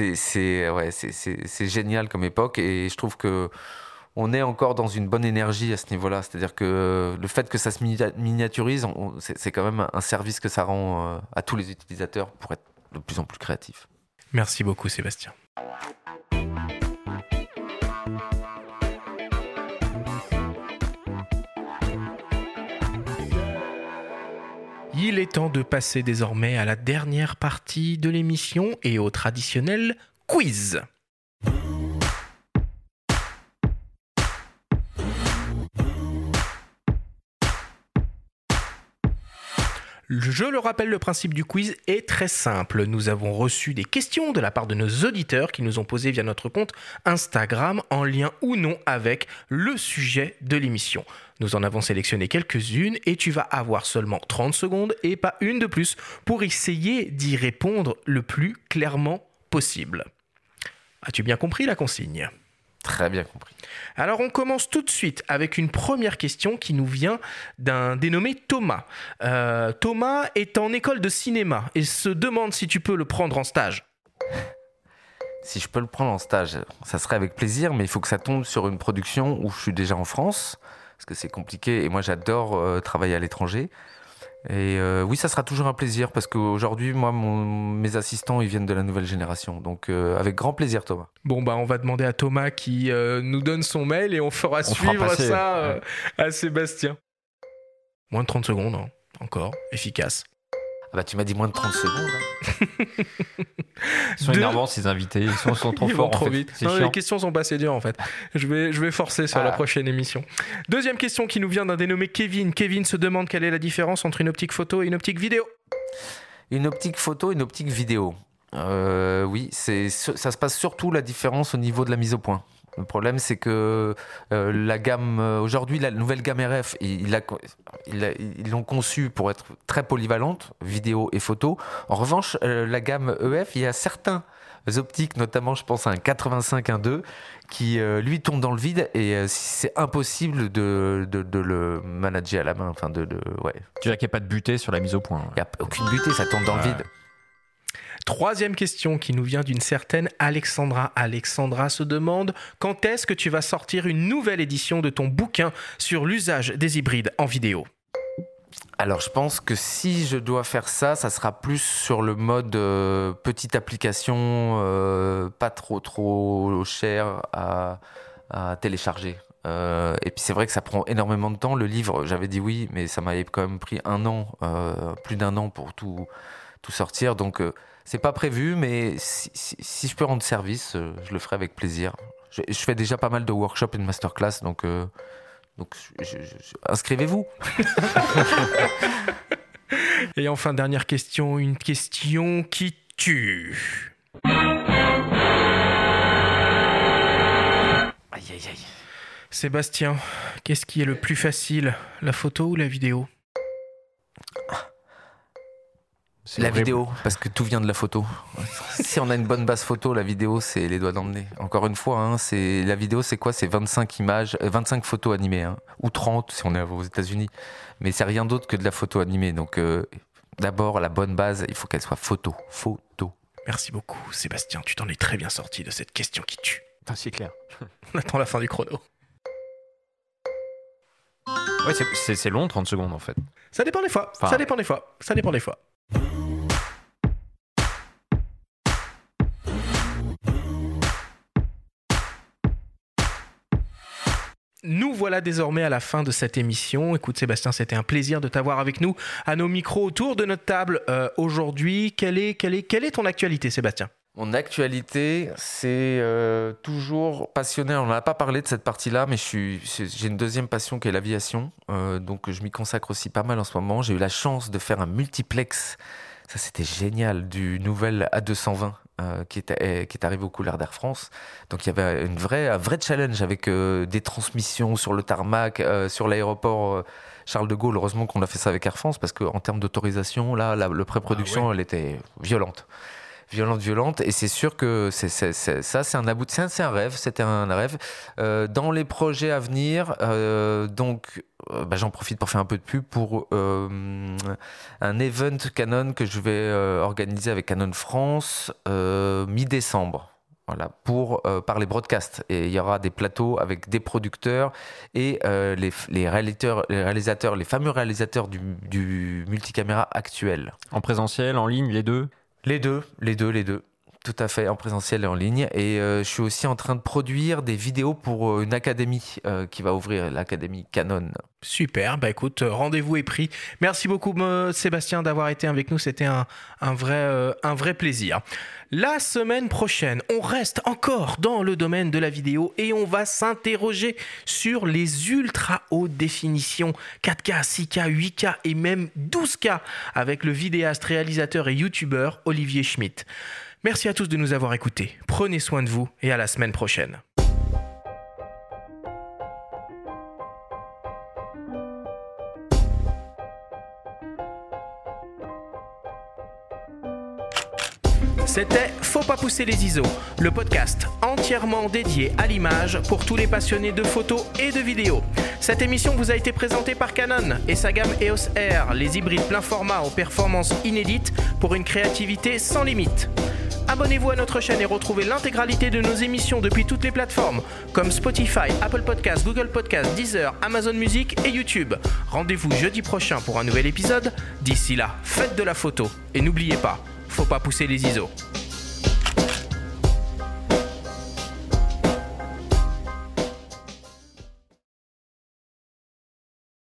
c'est génial comme époque, et je trouve que on est encore dans une bonne énergie à ce niveau-là. C'est-à-dire que le fait que ça se miniaturise, c'est quand même un service que ça rend à tous les utilisateurs pour être de plus en plus créatifs. Merci beaucoup, Sébastien. Il est temps de passer désormais à la dernière partie de l'émission et au traditionnel quiz. Je le rappelle, le principe du quiz est très simple. Nous avons reçu des questions de la part de nos auditeurs qui nous ont posées via notre compte Instagram en lien ou non avec le sujet de l'émission. Nous en avons sélectionné quelques-unes et tu vas avoir seulement 30 secondes et pas une de plus pour essayer d'y répondre le plus clairement possible. As-tu bien compris la consigne ? Très bien compris. Alors on commence tout de suite avec une première question qui nous vient d'un dénommé Thomas. Thomas est en école de cinéma et se demande si tu peux le prendre en stage. Si je peux le prendre en stage, ça serait avec plaisir, mais il faut que ça tombe sur une production où je suis déjà en France, parce que c'est compliqué et moi j'adore travailler à l'étranger. Et oui, ça sera toujours un plaisir, parce qu'aujourd'hui, moi, mes assistants, ils viennent de la nouvelle génération. Donc, avec grand plaisir, Thomas. Bon, on va demander à Thomas qui nous donne son mail et on fera suivre ça à Sébastien. Moins de 30 secondes, hein. Encore, efficace. Ah bah, tu m'as dit moins de 30 secondes. Hein. Ils sont énervants, ces invités. Ils sont trop ils forts. Vont trop vite. Non, les questions sont pas assez dures, en fait. Je vais forcer sur la prochaine émission. Deuxième question qui nous vient d'un dénommé Kevin. Kevin se demande quelle est la différence entre une optique photo et une optique vidéo. Une optique photo et une optique vidéo. Oui, ça se passe surtout la différence au niveau de la mise au point. Le problème, c'est que la gamme aujourd'hui, la nouvelle gamme RF, ils l'ont conçue pour être très polyvalente, vidéo et photo. En revanche, la gamme EF, il y a certains optiques, notamment je pense à un 85-1.2, qui lui tombe dans le vide et c'est impossible de le manager à la main. Enfin, ouais. Tu veux dire qu'il n'y a pas de butée sur la mise au point? Il n'y a aucune butée, ça tombe dans le vide. Troisième question qui nous vient d'une certaine Alexandra. Alexandra se demande quand est-ce que tu vas sortir une nouvelle édition de ton bouquin sur l'usage des hybrides en vidéo? Alors, je pense que si je dois faire ça, ça sera plus sur le mode petite application, pas trop cher à télécharger. Et puis c'est vrai que ça prend énormément de temps. Le livre, j'avais dit oui, mais ça m'avait quand même pris plus d'un an pour tout sortir. Donc, c'est pas prévu, mais si je peux rendre service, je le ferai avec plaisir. Je fais déjà pas mal de workshops et de masterclass, donc inscrivez-vous. Et enfin, dernière question, une question qui tue. Aïe, aïe, aïe. Sébastien, qu'est-ce qui est le plus facile, la photo ou la vidéo? La vidéo, parce que tout vient de la photo. Si on a une bonne base photo, la vidéo, c'est les doigts d'emmener. Encore une fois, la vidéo, c'est quoi? C'est 25 photos animées, ou 30 si on est aux États-Unis. Mais c'est rien d'autre que de la photo animée. Donc, d'abord, la bonne base, il faut qu'elle soit photo. Merci beaucoup, Sébastien. Tu t'en es très bien sorti de cette question qui tue. C'est clair. On attend la fin du chrono. Ouais, c'est long, 30 secondes, en fait. Ça dépend des fois. Ça dépend des fois. Nous voilà désormais à la fin de cette émission. Écoute Sébastien, c'était un plaisir de t'avoir avec nous à nos micros autour de notre table aujourd'hui. Quelle est ton actualité, Sébastien? Mon actualité, c'est toujours passionné. On n'en a pas parlé de cette partie-là, mais j'ai une deuxième passion qui est l'aviation. Donc je m'y consacre aussi pas mal en ce moment. J'ai eu la chance de faire un multiplex. Ça, c'était génial, du nouvel A220. Qui est arrivé aux couleurs d'Air France. Donc il y avait un vrai challenge avec des transmissions sur le tarmac, sur l'aéroport Charles de Gaulle. Heureusement qu'on a fait ça avec Air France parce qu'en termes d'autorisation, là, la pré-production, elle était violente. Et c'est sûr que c'est un rêve. C'était un rêve. Dans les projets à venir, j'en profite pour faire un peu de pub pour un event Canon que je vais organiser avec Canon France mi-décembre. Voilà, pour parler broadcast. Et il y aura des plateaux avec des producteurs et les réalisateurs, les fameux réalisateurs du multicaméra actuel. En présentiel, en ligne, les deux? Les deux. Tout à fait, en présentiel et en ligne. Et je suis aussi en train de produire des vidéos pour une académie qui va ouvrir, l'académie Canon. Super, écoute, rendez-vous est pris. Merci beaucoup Sébastien d'avoir été avec nous, c'était un vrai plaisir. La semaine prochaine, on reste encore dans le domaine de la vidéo et on va s'interroger sur les ultra hautes définitions 4K, 6K, 8K et même 12K avec le vidéaste, réalisateur et youtubeur Olivier Schmitt. Merci à tous de nous avoir écoutés. Prenez soin de vous et à la semaine prochaine. C'était Faut pas pousser les ISO, le podcast entièrement dédié à l'image pour tous les passionnés de photos et de vidéos. Cette émission vous a été présentée par Canon et sa gamme EOS R, les hybrides plein format aux performances inédites pour une créativité sans limite. Abonnez-vous à notre chaîne et retrouvez l'intégralité de nos émissions depuis toutes les plateformes comme Spotify, Apple Podcasts, Google Podcasts, Deezer, Amazon Music et YouTube. Rendez-vous jeudi prochain pour un nouvel épisode. D'ici là, faites de la photo et n'oubliez pas, faut pas pousser les ISO.